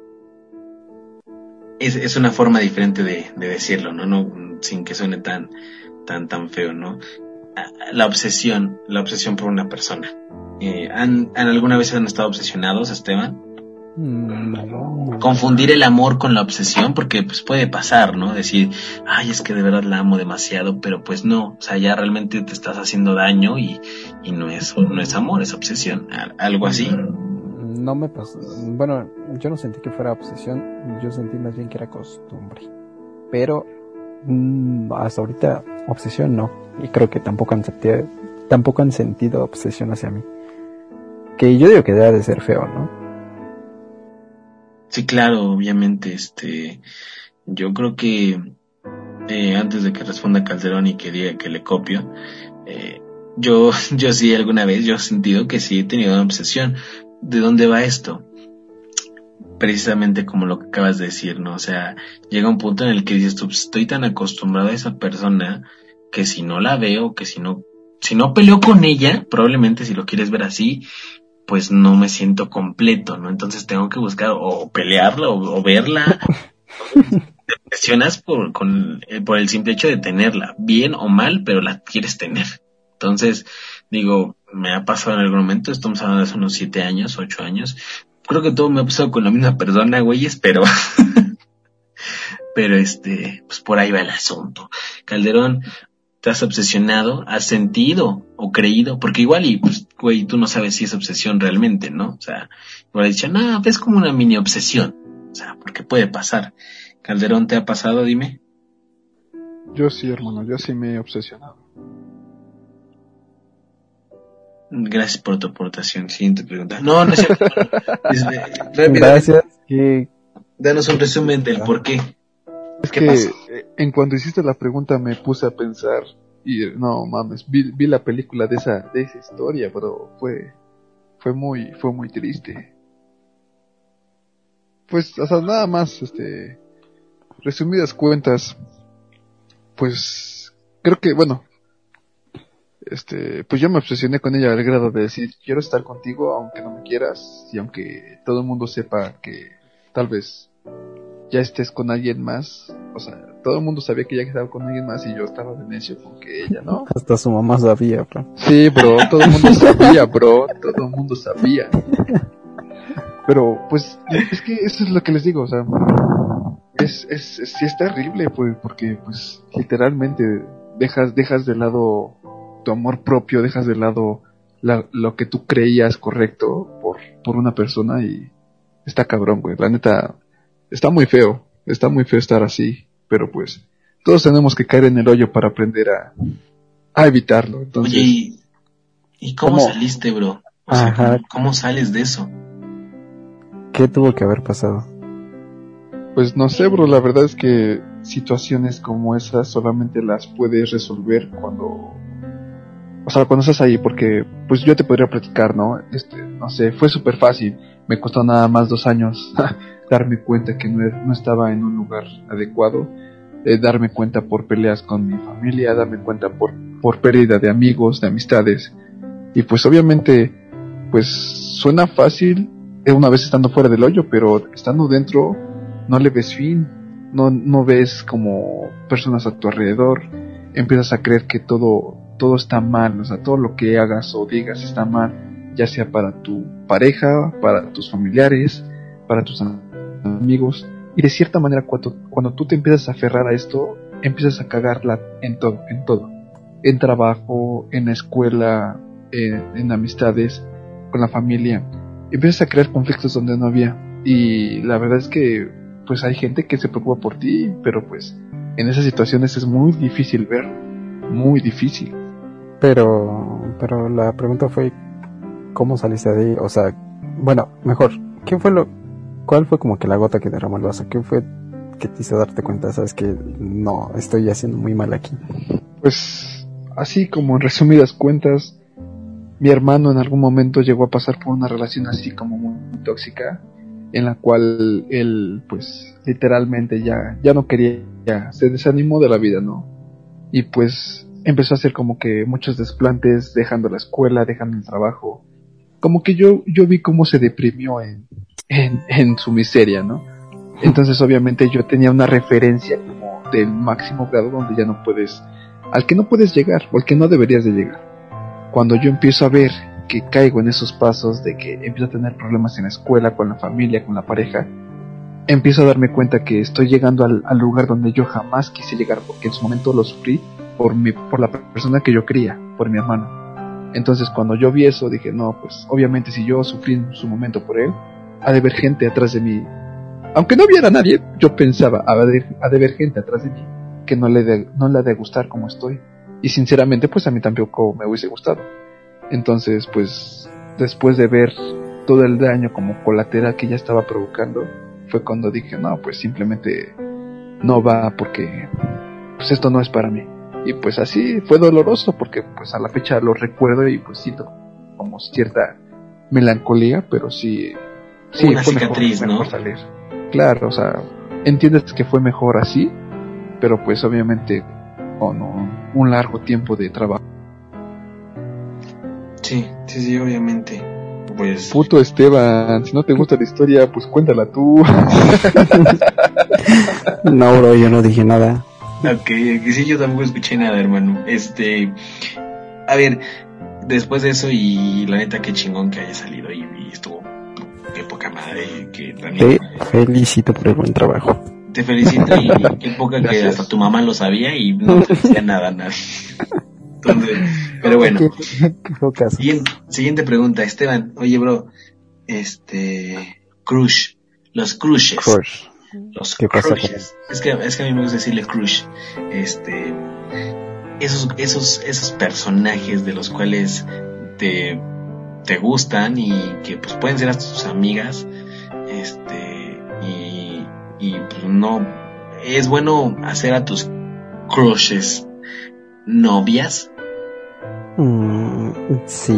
Es, es una forma diferente de, de decirlo, ¿no? No, sin que suene tan, tan, tan feo, ¿no? La obsesión, la obsesión por una persona. Eh, ¿han, ¿han alguna vez han estado obsesionados, Esteban? No. Confundir el amor con la obsesión, porque pues puede pasar, ¿no? Decir, ay, es que de verdad la amo demasiado, pero pues no, o sea, ya realmente te estás haciendo daño y, y no es, no es amor, es obsesión, algo así. No me pasó, bueno, yo no sentí que fuera obsesión, yo sentí más bien que era costumbre, pero mmm, hasta ahorita obsesión no, y creo que tampoco han sentido, tampoco han sentido obsesión hacia mí, que yo digo que debe de ser feo, ¿no? Sí, claro, obviamente, este, yo creo que eh, antes de que responda Calderón y que diga que le copio, eh, yo, yo sí alguna vez, yo he sentido que sí he tenido una obsesión. ¿De dónde va esto? Precisamente como lo que acabas de decir, ¿no? O sea, llega un punto en el que dices tú, pues, estoy tan acostumbrado a esa persona que si no la veo, que si no, si no peleo con ella, probablemente si lo quieres ver así, pues no me siento completo, ¿no? Entonces tengo que buscar o pelearla o, o verla. Te presionas por, con, eh, por el simple hecho de tenerla, bien o mal, pero la quieres tener. Entonces, digo, me ha pasado en algún momento, estamos hablando de hace unos siete años, ocho años. Creo que todo me ha pasado con la misma persona, güeyes, pero... pero este, pues por ahí va el asunto. Calderón, ¿te has obsesionado? ¿Has sentido o creído? Porque igual y, pues, güey, tú no sabes si es obsesión realmente, ¿no? O sea, igual he dicho, no, es como una mini obsesión. O sea, porque puede pasar. Calderón, ¿te ha pasado? Dime. Yo sí, hermano, yo sí me he obsesionado. Gracias por tu aportación. Siguiente pregunta. No, no es cierto. Gracias. ¿Qué? Danos un resumen del por qué. Es ¿Qué que pasa? en cuanto hiciste la pregunta me puse a pensar y no mames, vi, vi la película de esa de esa historia, pero fue fue muy fue muy triste. Pues, o sea, nada más, este, resumidas cuentas, pues creo que, bueno, este, pues yo me obsesioné con ella al grado de decir, quiero estar contigo aunque no me quieras y aunque todo el mundo sepa que tal vez ya estés con alguien más. O sea, todo el mundo sabía que ella estaba con alguien más y yo estaba de necio con que ella, ¿no? Hasta su mamá sabía, bro. Sí, bro, todo el mundo sabía, bro, todo el mundo sabía. Pero, pues, es que eso es lo que les digo, o sea, es, es, es sí es terrible, pues, porque, pues, literalmente dejas, dejas de lado tu amor propio, dejas de lado la, lo que tú creías correcto por, por una persona y está cabrón, güey, la neta, está muy feo, está muy feo estar así, pero pues, todos tenemos que caer en el hoyo para aprender a, a evitarlo, entonces... Oye, ¿y, ¿y cómo, ¿Cómo? saliste, bro? O sea, Ajá. ¿cómo, ¿cómo sales de eso? ¿Qué tuvo que haber pasado? Pues no sé, bro, la verdad es que situaciones como esas solamente las puedes resolver cuando... O sea, cuando estás ahí, porque pues yo te podría platicar, ¿no? Este, no sé, fue súper fácil, me costó nada más dos años darme cuenta que no, no estaba en un lugar adecuado, eh, darme cuenta por peleas con mi familia, darme cuenta por, por pérdida de amigos, de amistades, y pues obviamente, pues suena fácil una vez estando fuera del hoyo, pero estando dentro no le ves fin, no, no ves como personas a tu alrededor, empiezas a creer que todo, todo está mal, o sea, todo lo que hagas o digas está mal, ya sea para tu pareja, para tus familiares, para tus amigos, y de cierta manera cuando, cuando tú te empiezas a aferrar a esto, empiezas a cagarla en todo, en todo, en trabajo, en la escuela, en, en amistades, con la familia. Empiezas a crear conflictos donde no había, y la verdad es que pues hay gente que se preocupa por ti, pero pues en esas situaciones es muy difícil ver, muy difícil. Pero, pero la pregunta fue, ¿cómo saliste de ahí? O sea, bueno, mejor, ¿qué fue lo, cuál fue como que la gota que derramó el vaso? ¿Qué fue que te hizo darte cuenta? Sabes que no, estoy haciendo muy mal aquí. Pues, así como en resumidas cuentas, mi hermano en algún momento llegó a pasar por una relación así como muy, muy tóxica, en la cual él, pues, literalmente ya, ya no quería, ya, se desanimó de la vida, ¿no? Y pues, empezó a hacer como que muchos desplantes, dejando la escuela, dejando el trabajo. Como que yo, yo vi cómo se deprimió en, en, en su miseria, ¿no? Entonces, obviamente, yo tenía una referencia como del máximo grado donde ya no puedes, al que no puedes llegar, o al que no deberías de llegar. Cuando yo empiezo a ver que caigo en esos pasos de que empiezo a tener problemas en la escuela, con la familia, con la pareja, empiezo a darme cuenta que estoy llegando al, al lugar donde yo jamás quise llegar, porque en su momento lo sufrí por mi, por la persona que yo quería, por mi hermano. Entonces, cuando yo vi eso, dije, no, pues obviamente si yo sufrí en su momento por él, ha de haber gente atrás de mí. Aunque no viera a nadie, yo pensaba, ha de, ha de haber gente atrás de mí que no le de, no le ha de gustar como estoy. Y sinceramente, pues a mí tampoco me hubiese gustado. Entonces, pues, después de ver todo el daño como colateral que ya estaba provocando, fue cuando dije, no, pues simplemente no va, porque pues esto no es para mí. Y pues así fue doloroso, porque pues a la fecha lo recuerdo y pues siento como cierta melancolía, pero sí, sí una fue cicatriz, mejor, ¿no? mejor salir. Claro, o sea, entiendes que fue mejor así, pero pues obviamente con un, un largo tiempo de trabajo. Sí, sí, sí, obviamente. Pues... Puto Esteban, si no te gusta la historia, pues cuéntala tú. No, bro, yo no dije nada. Ok, okay, sí, yo tampoco escuché nada, hermano. Este, a ver, después de eso y la neta qué chingón que haya salido y, y estuvo qué poca madre, que también... Te felicito por el buen trabajo. Te felicito y qué poca que Gracias. hasta tu mamá lo sabía y no te decía nada a nadie. Entonces, pero bueno. ¿Qué, qué fue caso? Siguiente, siguiente pregunta, Esteban. Oye, bro, este, crush, los crushes. Crush. Los ¿Qué pasa con crushes. Es que, es que a mí me gusta decirle crush. Este, esos, esos, esos personajes de los cuales te, te gustan y que pues pueden ser hasta tus amigas. Este, y, y pues no, es bueno hacer a tus crushes novias. Mm, sí.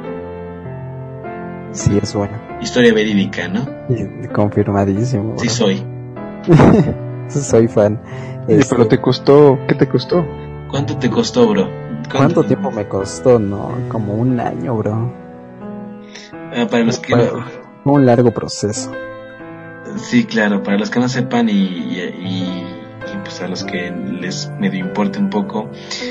Sí, es bueno. Historia verídica, ¿no? Y confirmadísimo. Bro. Sí soy. Soy fan. Oye, Este, pero te costó, ¿qué te costó? ¿Cuánto te costó, bro? ¿Cuánto tiempo me costó? No, como un año, bro. Ah, para los que Fue no, fue un largo proceso. sí, claro, para los que no sepan y, y, y, y pues a los que les medio importe un poco,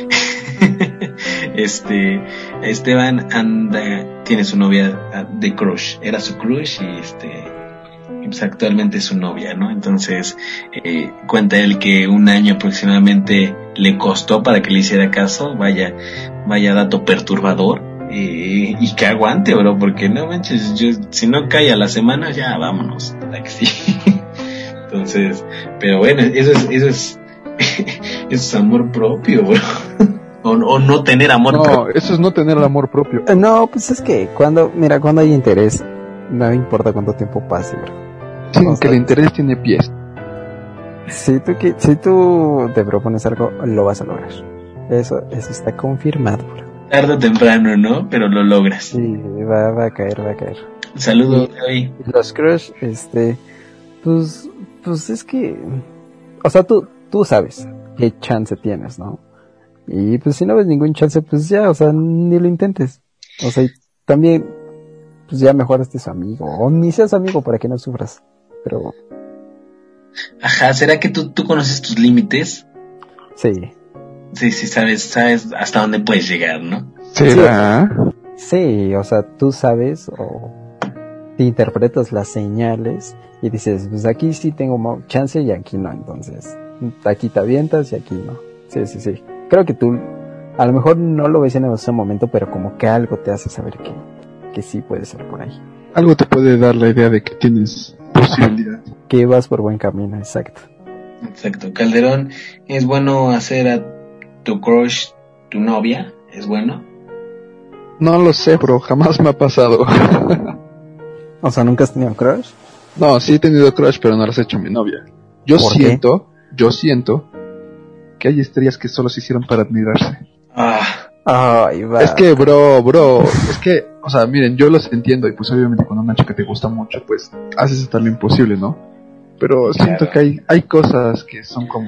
este, Esteban anda, tiene su novia de crush, era su crush y este, y pues actualmente es su novia, ¿no? Entonces, eh, cuenta él que un año aproximadamente le costó para que le hiciera caso, vaya, vaya dato perturbador. Eh, y que aguante, bro, porque no manches, yo, si no cae a la semana, ya vámonos, ¿verdad que sí? Entonces, pero bueno, eso es, eso es, eso es amor propio, bro. O, o no tener amor No, propio. eso es no tener el amor propio. Eh, No, pues es que cuando, mira, cuando hay interés, no me importa cuánto tiempo pase, bro. Sin O que sea, el interés tiene pies. Si tú, qui- si tú te propones algo, lo vas a lograr. Eso, eso está confirmado, bro. Tarde o temprano, ¿no? Pero lo logras. Sí, va, va a caer, va a caer. Saludos, Gaby. Los crush, este, pues, pues es que, o sea, tú, tú sabes qué chance tienes, ¿no? Y pues si no ves ningún chance, pues ya, o sea, ni lo intentes. O sea, y también, pues ya mejor estés amigo, o ni seas amigo para que no sufras. Pero, Ajá, ¿será que tú, tú conoces tus límites? sí, Sí, sí, sabes, sabes hasta dónde puedes llegar, ¿no? ¿Será? sí, o sea, tú sabes, o te interpretas las señales, y dices, pues aquí sí tengo mo- chance y aquí no, entonces, aquí te avientas y aquí no. Sí, sí, sí. Creo que tú, a lo mejor no lo ves en ese momento, pero como que algo te hace saber que, que sí puede ser por ahí. Algo te puede dar la idea de que tienes posibilidad. que vas por buen camino, exacto. Exacto. Calderón, ¿es bueno hacer a tu crush tu novia? ¿Es bueno? No lo sé, bro, jamás me ha pasado. O sea, ¿nunca has tenido crush? No, sí he tenido crush, pero no las he hecho mi novia. Yo ¿Por siento, qué? yo siento que hay estrellas que solo se hicieron para admirarse. Ah. Ay, va. Es que, bro, bro, es que, o sea, miren, yo los entiendo y pues obviamente cuando una chica te gusta mucho, pues haces hasta lo imposible, ¿no? Pero siento Claro. que hay, hay cosas que son como...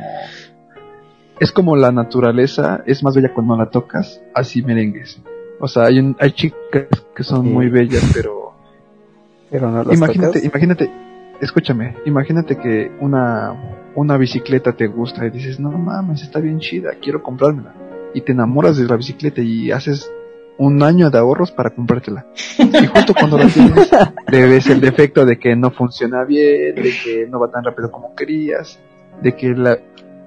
Es como la naturaleza, es más bella cuando la tocas, así merengues. O sea, hay, un, hay chicas que son Sí. muy bellas, pero... Pero no las Imagínate, tocas. imagínate, escúchame, imagínate que una, una bicicleta te gusta y dices, no mames, está bien chida, quiero comprármela. Y te enamoras de la bicicleta y haces un año de ahorros para comprártela. Y justo cuando la tienes, le ves el defecto de que no funciona bien, de que no va tan rápido como querías, de que la...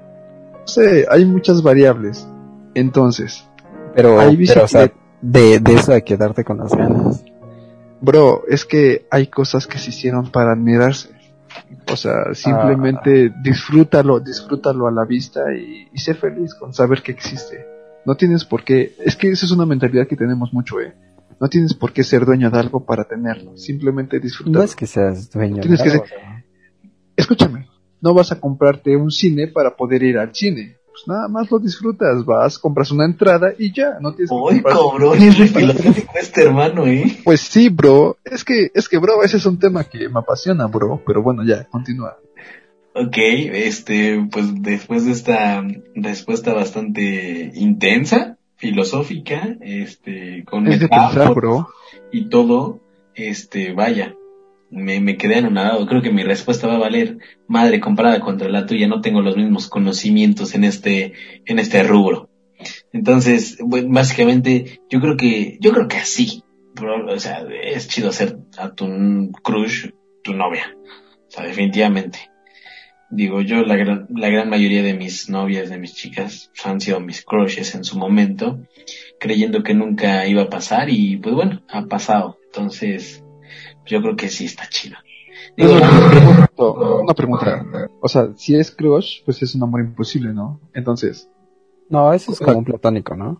No sé, hay muchas variables. Entonces, Pero, hay pero, o sea, bicicleta... de, de eso a quedarte con las ganas. Bro, es que hay cosas que se hicieron para admirarse. O sea, simplemente Ah. disfrútalo, disfrútalo a la vista y, y sé feliz con saber que existe. No tienes por qué, es que esa es una mentalidad que tenemos mucho, eh. No tienes por qué ser dueño de algo para tenerlo, simplemente disfrútalo. No es que seas dueño Tienes de que algo, ser- ¿no? Escúchame, no vas a comprarte un cine para poder ir al cine. Pues nada más lo disfrutas, vas, compras una entrada y ya, no tienes que Uy, comprar- cabrón, es re filosófico este hermano, ¿eh? Pues sí, bro, es que, es que, bro, ese es un tema que me apasiona, bro, pero bueno, ya, continúa. Ok, este, pues después de esta respuesta bastante intensa, filosófica, este, con Es de pensar, metáforas bro. y todo, este, vaya, me, me quedé anonadado. Creo que mi respuesta va a valer madre comparada contra la tuya. No tengo los mismos conocimientos en este, en este rubro. Entonces, bueno, básicamente, yo creo que, yo creo que así, bro, o sea, es chido hacer a tu crush tu novia, o sea, definitivamente. Digo, yo la gran, la gran mayoría de mis novias, de mis chicas, han sido mis crushes en su momento, creyendo que nunca iba a pasar y pues bueno, ha pasado. Entonces, yo creo que sí está chido. Digo, Pero una pregunta, una pregunta. O sea, si es crush, pues es un amor imposible, ¿no? Entonces, No, eso es o sea, como un platónico, ¿no?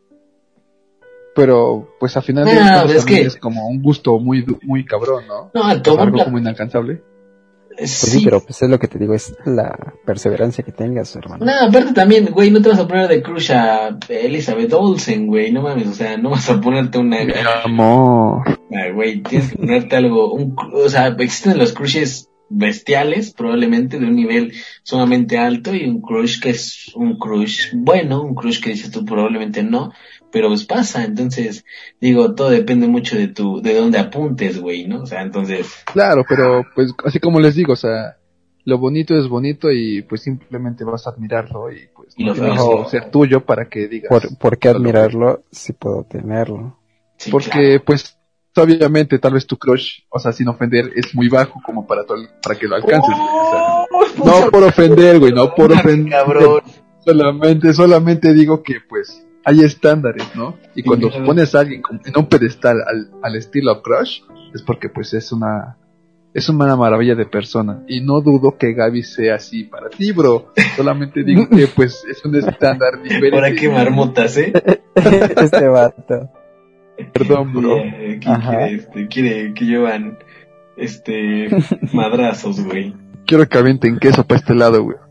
pero pues al final de No, cuentas es también que- es como un gusto muy du- muy cabrón, ¿no? no, O sea, tomar algo pla- como inalcanzable. Pues sí, sí, pero pues es lo que te digo, es la perseverancia que tengas, hermano. no, aparte también, güey, no te vas a poner de crush a Elizabeth Olsen, güey, no mames, o sea, no vas a ponerte una, Mi amor. ah, güey, tienes que ponerte algo, un, cru- o sea, existen los crushes bestiales, probablemente de un nivel sumamente alto, y un crush que es un crush bueno, un crush que dices tú probablemente no, pero pues pasa. Entonces, digo, todo depende mucho de tu, de dónde apuntes, güey, ¿no? O sea, entonces, Claro, pero pues así como les digo, o sea, lo bonito es bonito y pues simplemente vas a admirarlo y pues Y no lo tiene feo que es- ser tuyo para que digas. ¿Por, ¿por qué "Lo logré". admirarlo si puedo tenerlo? sí, Porque claro. pues obviamente tal vez tu crush, o sea, sin ofender, es muy bajo como para to- para que lo alcances, güey, o sea, Oh, no por ofender, güey, no por Ándale, ofender, cabrón. solamente solamente digo que pues hay estándares, ¿no? Y cuando claro. pones a alguien como en un pedestal al, al estilo crush, es porque pues es una es una maravilla de persona y no dudo que Gaby sea así para ti, bro. Solamente digo que pues es un estándar diferente. Ahora qué marmotas, ¿eh? Este vato. Perdón, bro. Eh, ¿Quién Ajá. quiere, este, quiere que llevan, este, madrazos, güey? Quiero que avienten queso para este lado, güey.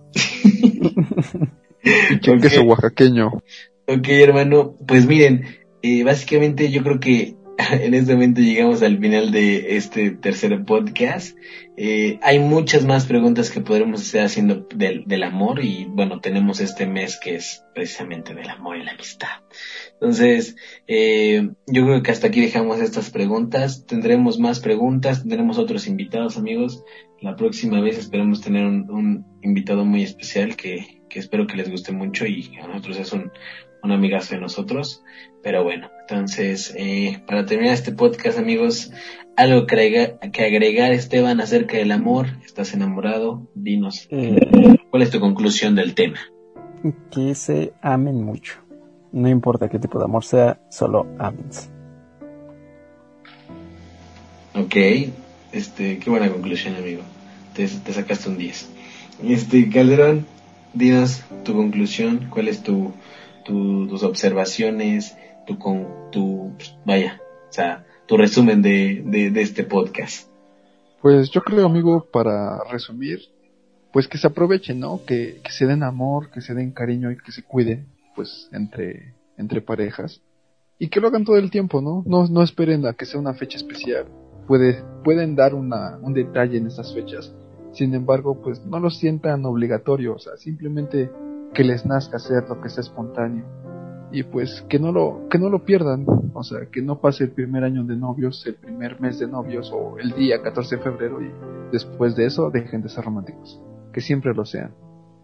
Pinche Ok. queso oaxaqueño. Ok, hermano, pues miren, eh, básicamente yo creo que en este momento llegamos al final de este tercer podcast. Eh, hay muchas más preguntas que podremos estar haciendo del, del amor y bueno, tenemos este mes que es precisamente del amor y la amistad. Entonces, eh, yo creo que hasta aquí dejamos estas preguntas. Tendremos más preguntas, tendremos otros invitados, amigos. La próxima vez esperemos tener un, un invitado muy especial que, que espero que les guste mucho y a nosotros es un, un amigazo de nosotros. Pero bueno, entonces, eh, para terminar este podcast, amigos, algo que agregar, que agregar, Esteban, acerca del amor. ¿Estás enamorado? Dinos, Eh, ¿cuál es tu conclusión del tema? que se amen mucho. No importa qué tipo de amor sea, solo ámense. Ok, este, qué buena conclusión, amigo. te, te sacaste un diez. Este, Calderón, dinos tu conclusión, cuál es tu, tu tus observaciones, tu, con, tu, vaya, o sea, tu resumen de, de, de este podcast. Pues yo creo, amigo, para resumir, pues que se aprovechen, ¿no? Que, que se den amor, que se den cariño y que se cuiden, pues, entre, entre parejas. Y que lo hagan todo el tiempo, ¿no? No, no esperen a que sea una fecha especial. Puede, pueden dar una, un detalle en esas fechas. Sin embargo, pues no lo sientan obligatorio, o sea, simplemente que les nazca hacer lo que sea espontáneo. Y pues que no lo, que no lo pierdan, o sea, que no pase el primer año de novios, el primer mes de novios o el día catorce de febrero y después de eso dejen de ser románticos. Que siempre lo sean.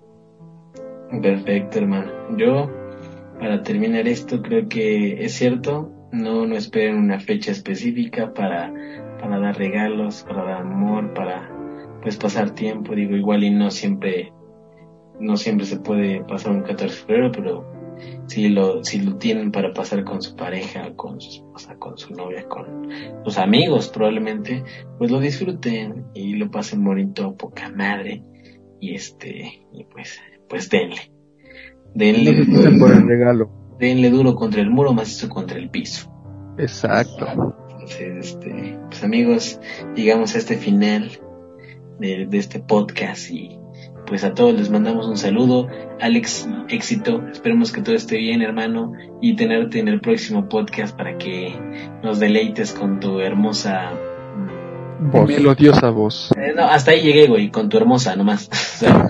Perfecto, hermano. Yo, para terminar esto, creo que es cierto, no, no esperen una fecha específica para, para dar regalos, para dar amor, para pues pasar tiempo. Digo, igual y no siempre, no siempre se puede pasar un catorce de febrero, pero si lo, si lo tienen para pasar con su pareja, con su esposa, con su novia, con sus amigos probablemente, pues lo disfruten y lo pasen bonito, poca madre, y este, y pues, pues denle, denle, No por el regalo. denle duro contra el muro, macizo contra el piso. Exacto. Entonces, este, pues amigos, llegamos a este final de, de este podcast y pues a todos les mandamos un saludo. Alex, éxito, esperemos que todo esté bien, hermano, y tenerte en el próximo podcast para que nos deleites con tu hermosa voz. Melodiosa voz. Eh, no, hasta ahí llegué, güey, con tu hermosa nomás. O sea,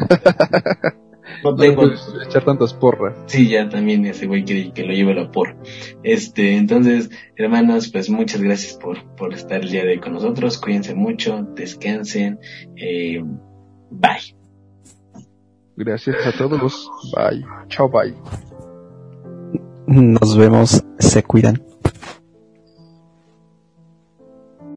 no tengo... No puedes echar tantas porras. Sí, ya también ese güey que, que lo lleve la porra. Este, entonces, hermanos, pues muchas gracias por, por estar el día de hoy con nosotros. Cuídense mucho, descansen. Eh, bye. Gracias a todos. Bye. Chao, bye. Nos vemos. Se cuidan.